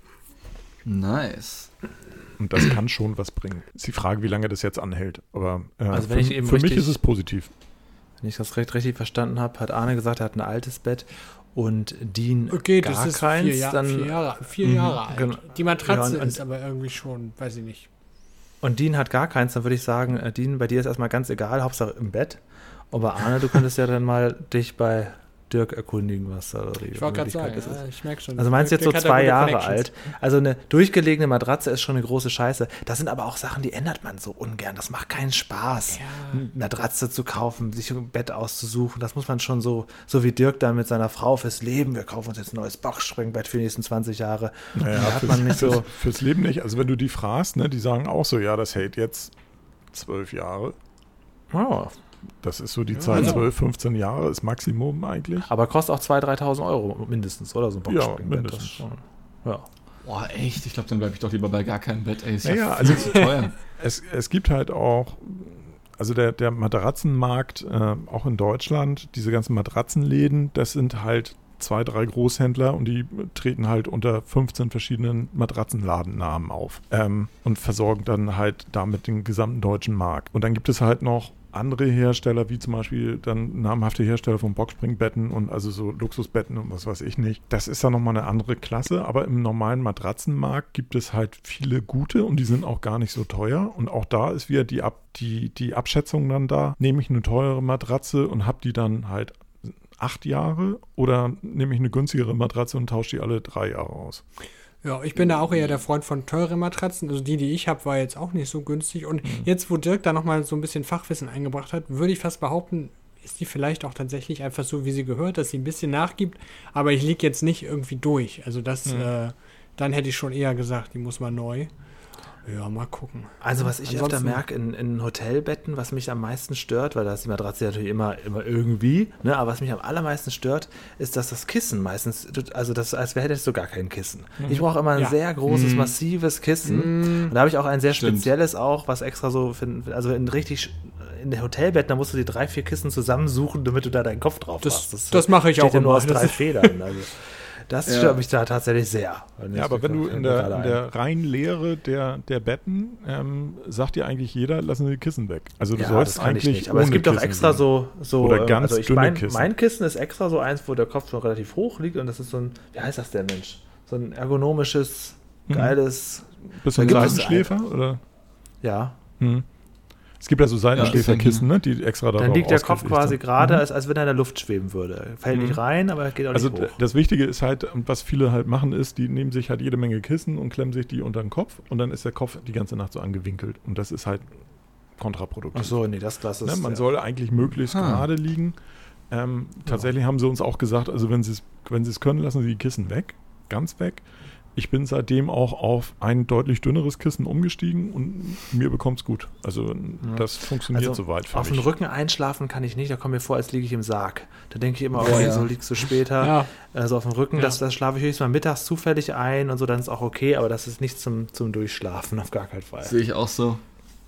Nice. Und das kann schon was bringen. Ist die Frage, wie lange das jetzt anhält. Aber äh, also wenn für, ich eben für richtig, mich ist es positiv. Wenn ich das recht richtig verstanden habe, hat Arne gesagt, er hat ein altes Bett und Dean okay, gar das ist keins. Vier, Jahr, dann, vier Jahre, vier Jahre alt. Genau. Die Matratze ja, und, ist aber irgendwie schon, weiß ich nicht. Und Dean hat gar keins, dann würde ich sagen, äh, Dean, bei dir ist erstmal ganz egal, Hauptsache im Bett. Aber Arne, du könntest ja dann mal dich bei Dirk erkundigen, was da die ich wollte gerade sagen, ist. ja, ich merke schon. Also meinst du jetzt Dirk so zwei Jahre alt? Also eine durchgelegene Matratze ist schon eine große Scheiße. Das sind aber auch Sachen, die ändert man so ungern. Das macht keinen Spaß, ja. eine Matratze zu kaufen, sich ein Bett auszusuchen. Das muss man schon so, so wie Dirk dann mit seiner Frau fürs Leben. Wir kaufen uns jetzt ein neues Boxspringbett für die nächsten zwanzig Jahre. Naja, da hat man nicht so fürs Leben nicht. Also wenn du die fragst, ne, die sagen auch so, ja, das hält jetzt zwölf Jahre. Oh. Das ist so die Zeit, ja. zwölf, fünfzehn Jahre ist Maximum eigentlich. Aber kostet auch zweitausend, dreitausend Euro mindestens, oder? So ein Boxspringbett. Ja, mindestens. Schon, ja. Boah, echt? Ich glaube, dann bleibe ich doch lieber bei gar keinem Bett. Ey, ist ja, ja viel also zu teuer. Es, es gibt halt auch, also der, der Matratzenmarkt, äh, auch in Deutschland, diese ganzen Matratzenläden, das sind halt zwei, drei Großhändler und die treten halt unter fünfzehn verschiedenen Matratzenladennamen auf ähm, und versorgen dann halt damit den gesamten deutschen Markt. Und dann gibt es halt noch andere Hersteller, wie zum Beispiel dann namhafte Hersteller von Boxspringbetten und also so Luxusbetten und was weiß ich nicht. Das ist dann nochmal eine andere Klasse, aber im normalen Matratzenmarkt gibt es halt viele gute und die sind auch gar nicht so teuer. Und auch da ist wieder die, Ab, die, die Abschätzung dann da. Nehme ich eine teure Matratze und habe die dann halt acht Jahre oder nehme ich eine günstigere Matratze und tausche die alle drei Jahre aus? Ja, ich bin da auch eher der Freund von teuren Matratzen. Also die, die ich habe, war jetzt auch nicht so günstig. Und mhm. jetzt, wo Dirk da nochmal so ein bisschen Fachwissen eingebracht hat, würde ich fast behaupten, ist die vielleicht auch tatsächlich einfach so, wie sie gehört, dass sie ein bisschen nachgibt. Aber ich liege jetzt nicht irgendwie durch. Also das, mhm. äh, dann hätte ich schon eher gesagt, die muss mal neu. Ja, mal gucken. Also was ich Ansonsten, öfter merke in, in Hotelbetten, was mich am meisten stört, weil da ist die Matratze natürlich immer, immer irgendwie, ne, aber was mich am allermeisten stört, ist, dass das Kissen meistens, also das, als wäre hättest du gar kein Kissen. Mhm. Ich brauche immer ein ja. sehr großes, mhm. massives Kissen. Mhm. Und da habe ich auch ein sehr Stimmt. spezielles auch, was extra so, für, also in richtig, in der Hotelbett, da musst du die drei, vier Kissen zusammensuchen, damit du da deinen Kopf drauf das, machst. Das, das mache ich auch ja nur immer. aus drei Federn. Also. Das ja. stört mich da tatsächlich sehr. Ja, aber wenn du in der, in der reinen Leere der, der Betten, ähm, sagt dir eigentlich jeder, lassen Sie die Kissen weg. Also du ja, sollst das kann eigentlich ich nicht. Aber es gibt auch extra gehen. so, so Oder ganz also ich dünne mein, Kissen. Mein Kissen ist extra so eins, wo der Kopf schon relativ hoch liegt und das ist so ein, wie heißt das denn, Mensch? So ein ergonomisches, geiles... Mhm. Bist du ein Seitenschläfer? Oder? Ja. Mhm. Es gibt ja so Seitenschläferkissen, ne, die extra da Dann liegt der Kopf quasi sind. gerade, mhm. als, als wenn er in der Luft schweben würde. Fällt mhm. nicht rein, aber geht auch also nicht hoch. Also das Wichtige ist halt, was viele halt machen, ist, die nehmen sich halt jede Menge Kissen und klemmen sich die unter den Kopf und dann ist der Kopf die ganze Nacht so angewinkelt. Und das ist halt kontraproduktiv. Ach so, nee, das, das ist... Ne, man ja. soll eigentlich möglichst ah. gerade liegen. Ähm, tatsächlich ja. haben sie uns auch gesagt, also wenn sie es wenn sie es können, lassen sie die Kissen weg, ganz weg. Ich bin seitdem auch auf ein deutlich dünneres Kissen umgestiegen und mir bekommt es gut. Also das funktioniert also soweit für auf mich. Auf den Rücken einschlafen kann ich nicht, da kommt mir vor, als liege ich im Sarg. Da denke ich immer, oh, ja, ja. ja. so liegst du später. Ja. Also auf dem Rücken, ja. das, das schlafe ich höchstens mal mittags zufällig ein und so, dann ist auch okay, aber das ist nicht zum, zum Durchschlafen, auf gar keinen Fall. Sehe ich auch so.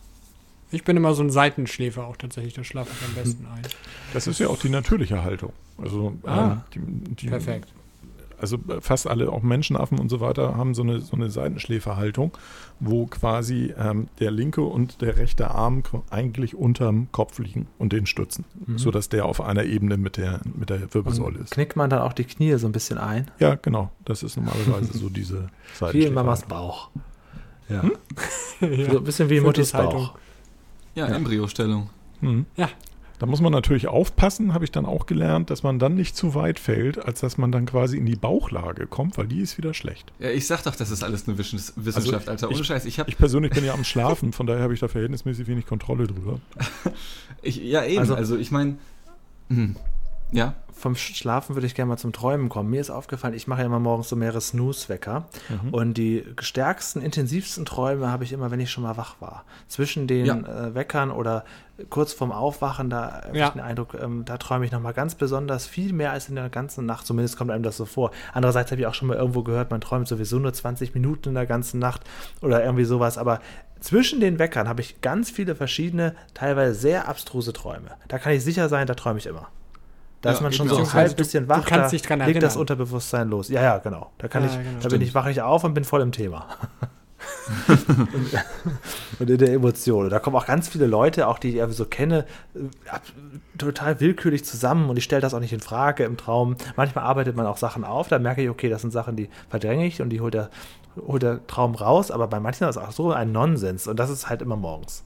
Ich bin immer so ein Seitenschläfer auch tatsächlich, da schlafe ich am besten ein. Das ist ja auch die natürliche Haltung. Also ah, ähm, die, die, perfekt. Also fast alle, auch Menschenaffen und so weiter, haben so eine, so eine Seitenschläferhaltung, wo quasi ähm, der linke und der rechte Arm eigentlich unterm Kopf liegen und den stützen, mhm. sodass der auf einer Ebene mit der, mit der Wirbelsäule und ist. Knickt man dann auch die Knie so ein bisschen ein? Ja, genau. Das ist normalerweise so diese Seitenschläferhaltung. Wie in Mamas Bauch. Ja. Hm? ja. So ein bisschen wie in Muttis Bauch. Ja, ja. Embryostellung. Mhm. Ja. Da muss man natürlich aufpassen, habe ich dann auch gelernt, dass man dann nicht zu weit fällt, als dass man dann quasi in die Bauchlage kommt, weil die ist wieder schlecht. Ja, ich sag doch, das ist alles eine Wissenschaft, also Alter. Ohne ich, Scheiß. Ich, hab ich persönlich bin ja am Schlafen, von daher habe ich da verhältnismäßig wenig Kontrolle drüber. ich, ja, eben. Also, also ich meine, hm. Ja. Vom Schlafen würde ich gerne mal zum Träumen kommen. Mir ist aufgefallen, ich mache ja immer morgens so mehrere Snooze-Wecker. Mhm. Und die stärksten, intensivsten Träume habe ich immer, wenn ich schon mal wach war. Zwischen den ja. äh, Weckern oder kurz vorm Aufwachen, da habe ja. ich den Eindruck, ähm, da träume ich nochmal ganz besonders viel mehr als in der ganzen Nacht. Zumindest kommt einem das so vor. Andererseits habe ich auch schon mal irgendwo gehört, man träumt sowieso nur zwanzig Minuten in der ganzen Nacht oder irgendwie sowas. Aber zwischen den Weckern habe ich ganz viele verschiedene, teilweise sehr abstruse Träume. Da kann ich sicher sein, da träume ich immer. Da ja, ist man schon so ein halb bisschen wach, da legt erinnern. das Unterbewusstsein los. Ja, ja, genau. Da kann ja, ich, genau. da bin ich, wache ich auf und bin voll im Thema. und, und in der Emotion. Da kommen auch ganz viele Leute, auch die ich so kenne, total willkürlich zusammen und ich stelle das auch nicht in Frage im Traum. Manchmal arbeitet man auch Sachen auf, da merke ich, okay, das sind Sachen, die verdränge ich und die holt der, holt der Traum raus, aber bei manchen ist das auch so ein Nonsens und das ist halt immer morgens.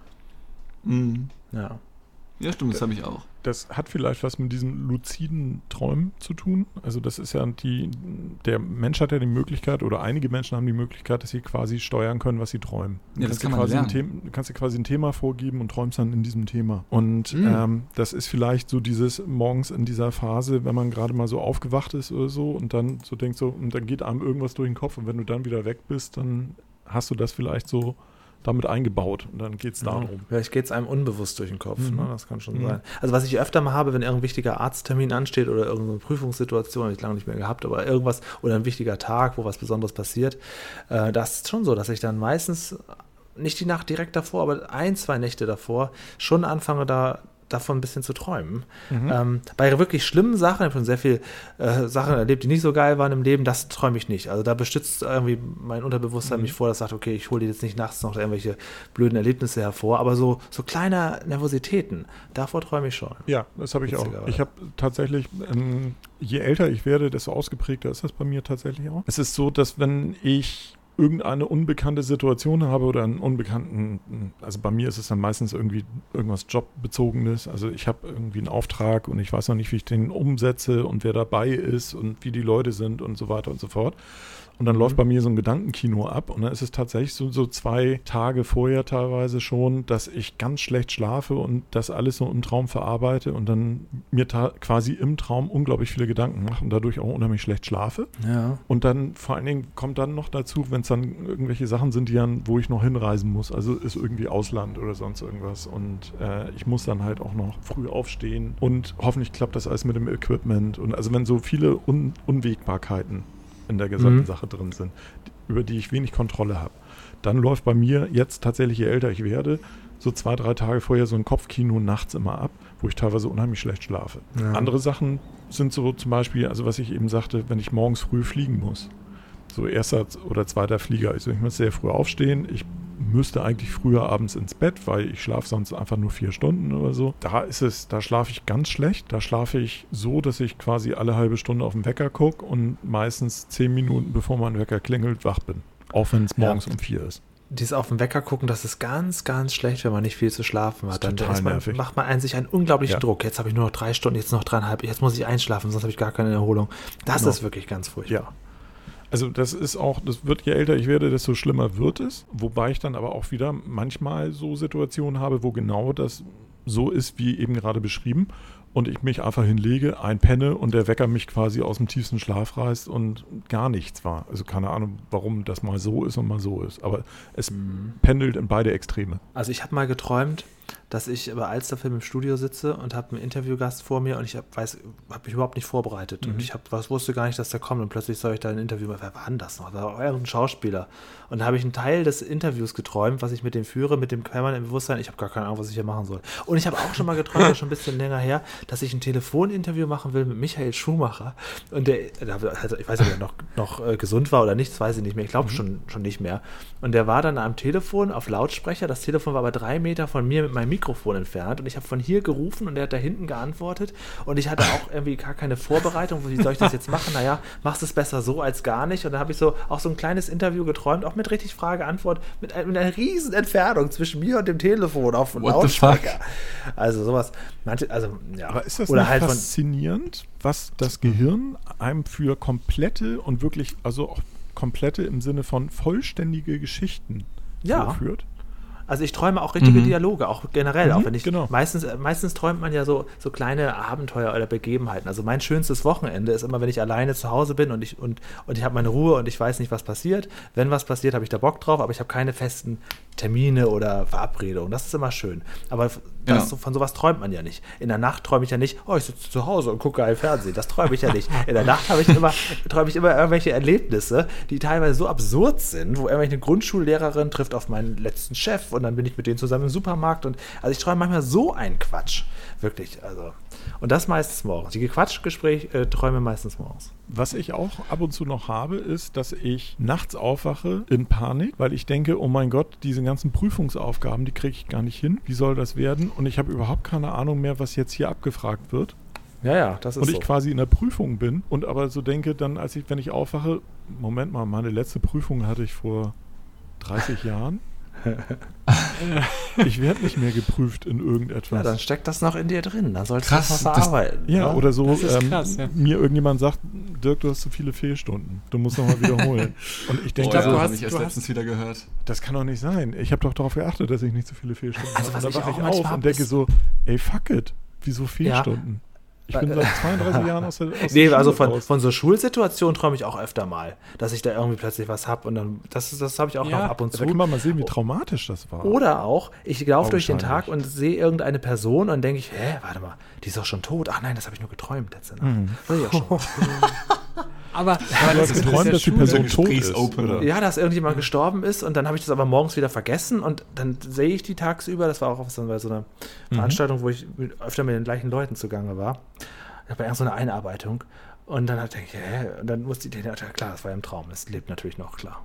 Mhm. Ja. Ja, stimmt, das habe ich auch. Das hat vielleicht was mit diesen luziden Träumen zu tun. Also das ist ja die, der Mensch hat ja die Möglichkeit, oder einige Menschen haben die Möglichkeit, dass sie quasi steuern können, was sie träumen. Du ja, das kann man quasi lernen. ein Thema, du kannst dir quasi ein Thema vorgeben und träumst dann in diesem Thema. Und mhm. ähm, das ist vielleicht so dieses morgens in dieser Phase, wenn man gerade mal so aufgewacht ist oder so und dann so denkt so, und dann geht einem irgendwas durch den Kopf und wenn du dann wieder weg bist, dann hast du das vielleicht so damit eingebaut und dann geht es darum. Ja, vielleicht geht es einem unbewusst durch den Kopf, mhm. ne? Das kann schon mhm. sein. Also was ich öfter mal habe, wenn irgendein wichtiger Arzttermin ansteht oder irgendeine Prüfungssituation, habe ich lange nicht mehr gehabt, aber irgendwas oder ein wichtiger Tag, wo was Besonderes passiert, äh, das ist schon so, dass ich dann meistens, nicht die Nacht direkt davor, aber ein, zwei Nächte davor schon anfange, da davon ein bisschen zu träumen. Mhm. Ähm, bei wirklich schlimmen Sachen, ich habe schon sehr viele äh, Sachen erlebt, die nicht so geil waren im Leben, das träume ich nicht. Also da bestützt irgendwie mein Unterbewusstsein mhm. mich vor, das sagt, okay, ich hole dir jetzt nicht nachts noch irgendwelche blöden Erlebnisse hervor, aber so, so kleine Nervositäten, davor träume ich schon. Ja, das habe ich auch. Ich habe tatsächlich, ähm, je älter ich werde, desto ausgeprägter ist das bei mir tatsächlich auch. Es ist so, dass wenn ich irgendeine unbekannte Situation habe oder einen unbekannten, also bei mir ist es dann meistens irgendwie irgendwas Jobbezogenes, also ich habe irgendwie einen Auftrag und ich weiß noch nicht, wie ich den umsetze und wer dabei ist und wie die Leute sind und so weiter und so fort. Und dann mhm. läuft bei mir so ein Gedankenkino ab und dann ist es tatsächlich so, so zwei Tage vorher teilweise schon, dass ich ganz schlecht schlafe und das alles so im Traum verarbeite und dann mir ta- quasi im Traum unglaublich viele Gedanken mache und dadurch auch unheimlich schlecht schlafe. Ja. Und dann vor allen Dingen kommt dann noch dazu, wenn es dann irgendwelche Sachen sind, die dann, wo ich noch hinreisen muss, also ist irgendwie Ausland oder sonst irgendwas und äh, ich muss dann halt auch noch früh aufstehen und hoffentlich klappt das alles mit dem Equipment und also wenn so viele Un- Unwägbarkeiten in der gesamten mhm. Sache drin sind, über die ich wenig Kontrolle habe. Dann läuft bei mir jetzt tatsächlich, je älter ich werde, so zwei, drei Tage vorher so ein Kopfkino nachts immer ab, wo ich teilweise unheimlich schlecht schlafe. Ja. Andere Sachen sind so zum Beispiel, also was ich eben sagte, wenn ich morgens früh fliegen muss. So erster oder zweiter Flieger. Also ich muss sehr früh aufstehen. Ich müsste eigentlich früher abends ins Bett, weil ich schlafe sonst einfach nur vier Stunden oder so. Da ist es, da schlafe ich ganz schlecht. Da schlafe ich so, dass ich quasi alle halbe Stunde auf den Wecker gucke und meistens zehn Minuten, bevor mein Wecker klingelt, wach bin. Auch wenn es morgens ja. um vier ist. Dieses auf den Wecker gucken, das ist ganz, ganz schlecht, wenn man nicht viel zu schlafen hat. Dann total man, nervig. macht man einen, sich einen unglaublichen ja. Druck. Jetzt habe ich nur noch drei Stunden, jetzt noch dreieinhalb, jetzt muss ich einschlafen, sonst habe ich gar keine Erholung. Das genau. ist wirklich ganz furchtbar. Ja. Also das ist auch, das wird, je älter ich werde, desto schlimmer wird es. Wobei ich dann aber auch wieder manchmal so Situationen habe, wo genau das so ist, wie eben gerade beschrieben. Und ich mich einfach hinlege, einpenne und der Wecker mich quasi aus dem tiefsten Schlaf reißt und gar nichts war. Also keine Ahnung, warum das mal so ist und mal so ist. Aber es mhm. pendelt in beide Extreme. Also ich habe mal geträumt, dass ich bei Alsterfilm im Studio sitze und habe einen Interviewgast vor mir und ich habe hab mich überhaupt nicht vorbereitet. Mhm. Und ich hab, was, wusste gar nicht, dass der kommt. Und plötzlich soll ich da ein Interview machen. Wer war denn das noch? Da war irgendein Schauspieler. Und da habe ich einen Teil des Interviews geträumt, was ich mit dem führe, mit dem permanenten Bewusstsein. Ich habe gar keine Ahnung, was ich hier machen soll. Und ich habe auch schon mal geträumt, das ist schon ein bisschen länger her, dass ich ein Telefoninterview machen will mit Michael Schumacher. Und der, also ich weiß nicht, ob er noch, noch äh, gesund war oder nicht, das weiß ich nicht mehr. Ich glaube mhm. schon, schon nicht mehr. Und der war dann am Telefon auf Lautsprecher. Das Telefon war aber drei Meter von mir mit meinem Mikrofon entfernt. Und ich habe von hier gerufen und der hat da hinten geantwortet. Und ich hatte auch irgendwie gar keine Vorbereitung. Wie soll ich das jetzt machen? Naja, machst es besser so als gar nicht. Und dann habe ich so auch so ein kleines Interview geträumt, auch mit richtig Frage-Antwort, mit, ein, mit einer riesen Entfernung zwischen mir und dem Telefon auf dem Lautsprecher. Also sowas. Manche, also, ja. Aber ist das Oder nicht halt faszinierend, was das Gehirn einem für komplette und wirklich, also auch komplette im Sinne von vollständige Geschichten ja. vorführt? Also ich träume auch richtige Mhm. Dialoge, auch generell, Mhm, auch wenn ich genau. meistens, äh, meistens träumt man ja so, so kleine Abenteuer oder Begebenheiten. Also mein schönstes Wochenende ist immer, wenn ich alleine zu Hause bin und ich und, und ich habe meine Ruhe und ich weiß nicht, was passiert. Wenn was passiert, habe ich da Bock drauf, aber ich habe keine festen Termine oder Verabredungen. Das ist immer schön. Aber das, Ja. von sowas träumt man ja nicht. In der Nacht träume ich ja nicht, oh, ich sitze zu Hause und gucke geil Fernsehen. Das träume ich ja nicht. In der Nacht habe ich immer, träume ich immer irgendwelche Erlebnisse, die teilweise so absurd sind, wo irgendwelche Grundschullehrerin trifft auf meinen letzten Chef und dann bin ich mit denen zusammen im Supermarkt. Und also ich träume manchmal so einen Quatsch. Wirklich. Also. Und das meistens morgens. Die Quatschgespräche äh, träume meistens morgens. Was ich auch ab und zu noch habe, ist, dass ich nachts aufwache in Panik, weil ich denke, oh mein Gott, diese ganzen Prüfungsaufgaben, die kriege ich gar nicht hin. Wie soll das werden? Und ich habe überhaupt keine Ahnung mehr, was jetzt hier abgefragt wird. Ja, ja, das ist Und ich so. quasi in der Prüfung bin und aber so denke dann, als ich, wenn ich aufwache, Moment mal, meine letzte Prüfung hatte ich vor dreißig Jahren. Ich werde nicht mehr geprüft in irgendetwas. Ja, dann steckt das noch in dir drin. Dann sollst Krass, du was das- verarbeiten. Ja, oder so, Das ist ähm, krass, ja. mir irgendjemand sagt, Dirk, du hast zu viele Fehlstunden. Du musst nochmal wiederholen. Und ich denke, glaub, oh, du ja, hast- habe ich erst du letztens wieder gehört. das kann doch nicht sein. Ich habe doch darauf geachtet, dass ich nicht zu viele Fehlstunden Also, habe. was Und ich dann wache auch ich manchmal auf hab, und denke ist- so, ey, fuck it. Wieso Fehlstunden? Ich bin Weil- seit zweiunddreißig Jahren aus der, aus der Nee, Schule also von, raus. von so Schulsituationen träume ich auch öfter mal, dass ich da irgendwie plötzlich was habe und dann, das, ist- das habe ich auch Ja, noch ab und Da zu. kann man mal sehen, wie traumatisch das war. Oder auch, ich laufe durch den Tag Augenscheinlich. und sehe irgendeine Person und denke ich, hä, warte mal, die ist doch schon tot. Ach nein, das habe ich nur geträumt letzte Nacht. Mhm. Das ist ja schon. Aber, aber Du das hast ist geträumt, ja dass die Schule. Person tot ist. Gesprächsopener. Oder? Ja, dass irgendjemand gestorben ist und dann habe ich das aber morgens wieder vergessen und dann sehe ich die tagsüber, das war auch auf so einer, so einer Mhm. Veranstaltung, wo ich mit, öfter mit den gleichen Leuten zugange war. Ich habe ja so eine Einarbeitung und dann denke ich, hä? Und dann musste ich denken, ja klar, das war ja ein Traum, das lebt natürlich noch, klar.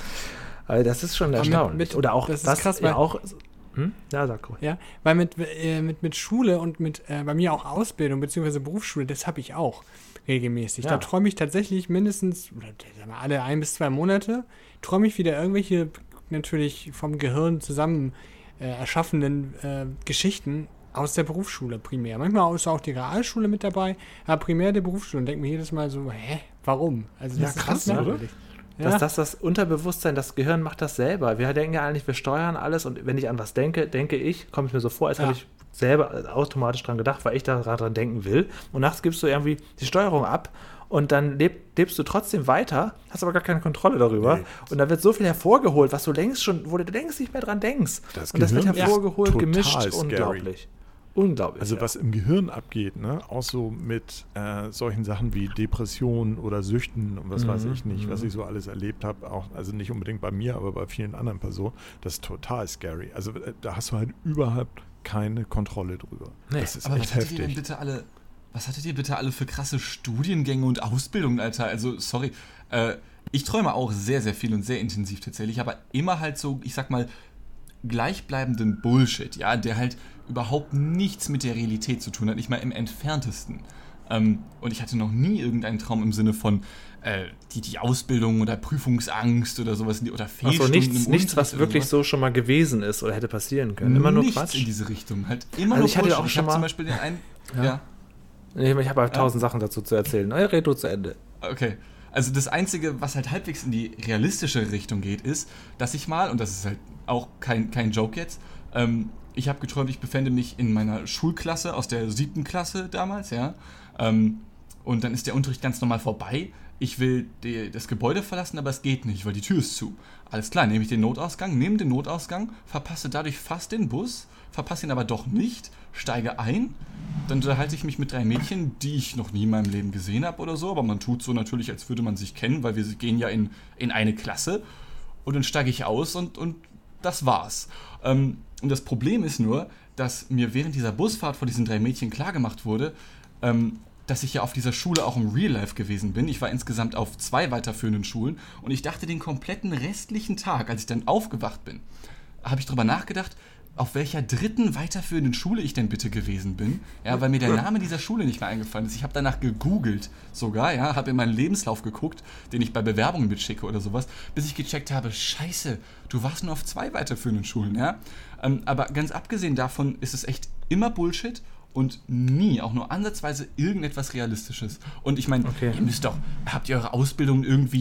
Aber das ist schon Aber mit- erstaunlich. mit- Oder auch, das ist was krass, ja weil- auch, hm? Ja, sag ruhig. Ja, weil mit, äh, mit, mit Schule und mit äh, bei mir auch Ausbildung bzw. Berufsschule, das habe ich auch regelmäßig. Ja. Da träume ich tatsächlich mindestens, oder sagen wir, alle ein bis zwei Monate, träume ich wieder irgendwelche natürlich vom Gehirn zusammen äh, erschaffenen äh, Geschichten aus der Berufsschule primär. Manchmal ist auch die Realschule mit dabei, aber primär der Berufsschule und denke mir jedes Mal so, hä, warum? Also Ja, das ist krass, ganz oder? merkwürdig. Dass Ja. das das Unterbewusstsein, das Gehirn macht das selber. Wir denken ja eigentlich, wir steuern alles und wenn ich an was denke, denke ich, kommt es mir so vor, als Ja. habe ich selber automatisch dran gedacht, weil ich da gerade dran denken will. Und nachts gibst du irgendwie die Steuerung ab und dann leb, lebst du trotzdem weiter, hast aber gar keine Kontrolle darüber. Nee. Und da wird so viel hervorgeholt, was du längst schon, wo du längst nicht mehr dran denkst. Das und das wird Gehirn ist hervorgeholt, total gemischt, scary. unglaublich. Unglaublich. Also ja. was im Gehirn abgeht, ne? Auch so mit äh, solchen Sachen wie Depressionen oder Süchten und was Mhm, weiß ich nicht, was mhm. ich so alles erlebt habe, auch also nicht unbedingt bei mir, aber bei vielen anderen Personen, das ist total scary. Also äh, da hast du halt überhaupt keine Kontrolle drüber. Nee. Das ist Aber echt was hattet ihr denn heftig. bitte alle, was hattet ihr bitte alle für krasse Studiengänge und Ausbildungen, Alter? Also, sorry, äh, ich träume auch sehr, sehr viel und sehr intensiv tatsächlich, aber immer halt so, ich sag mal, gleichbleibenden Bullshit, ja, der halt überhaupt nichts mit der Realität zu tun hat, nicht mal im entferntesten. Ähm, und ich hatte noch nie irgendeinen Traum im Sinne von äh, die, die Ausbildung oder Prüfungsangst oder sowas oder Fehlstunden Achso, nichts, im nichts, was Unterricht oder wirklich sowas. so schon mal gewesen ist oder hätte passieren können. Immer nur Nichts Quatsch. in diese Richtung, halt immer Also nur ich hatte Bullshit. auch Ich schon habe mal- zum Beispiel den einen, Ja. ja. Nee, ich habe halt tausend Sachen dazu zu erzählen. Hey, red du zu Ende. Okay. Also das Einzige, was halt halbwegs in die realistische Richtung geht, ist, dass ich mal, und das ist halt auch kein, kein Joke jetzt, ähm, ich habe geträumt, ich befände mich in meiner Schulklasse aus der siebten Klasse damals, ja. Ähm, und dann ist der Unterricht ganz normal vorbei. Ich will die, das Gebäude verlassen, aber es geht nicht, weil die Tür ist zu. Alles klar, nehme ich den Notausgang, nehme den Notausgang, verpasse dadurch fast den Bus, verpasse ihn aber doch nicht, steige ein, dann unterhalte ich mich mit drei Mädchen, die ich noch nie in meinem Leben gesehen habe oder so, aber man tut so natürlich, als würde man sich kennen, weil wir gehen ja in, in eine Klasse und dann steige ich aus und, und das war's. Ähm, und das Problem ist nur, dass mir während dieser Busfahrt von diesen drei Mädchen klargemacht wurde, ähm, dass ich ja auf dieser Schule auch im Real Life gewesen bin. Ich war insgesamt auf zwei weiterführenden Schulen und ich dachte den kompletten restlichen Tag, als ich dann aufgewacht bin, habe ich darüber nachgedacht, auf welcher dritten weiterführenden Schule ich denn bitte gewesen bin, ja, weil mir der Name dieser Schule nicht mehr eingefallen ist. Ich habe danach gegoogelt sogar, ja, habe in meinen Lebenslauf geguckt, den ich bei Bewerbungen mitschicke oder sowas, bis ich gecheckt habe, scheiße, du warst nur auf zwei weiterführenden Schulen, ja. Ähm, aber ganz abgesehen davon ist es echt immer Bullshit und nie auch nur ansatzweise irgendetwas Realistisches. Und ich meine, Okay. ihr müsst doch, habt ihr eure Ausbildung irgendwie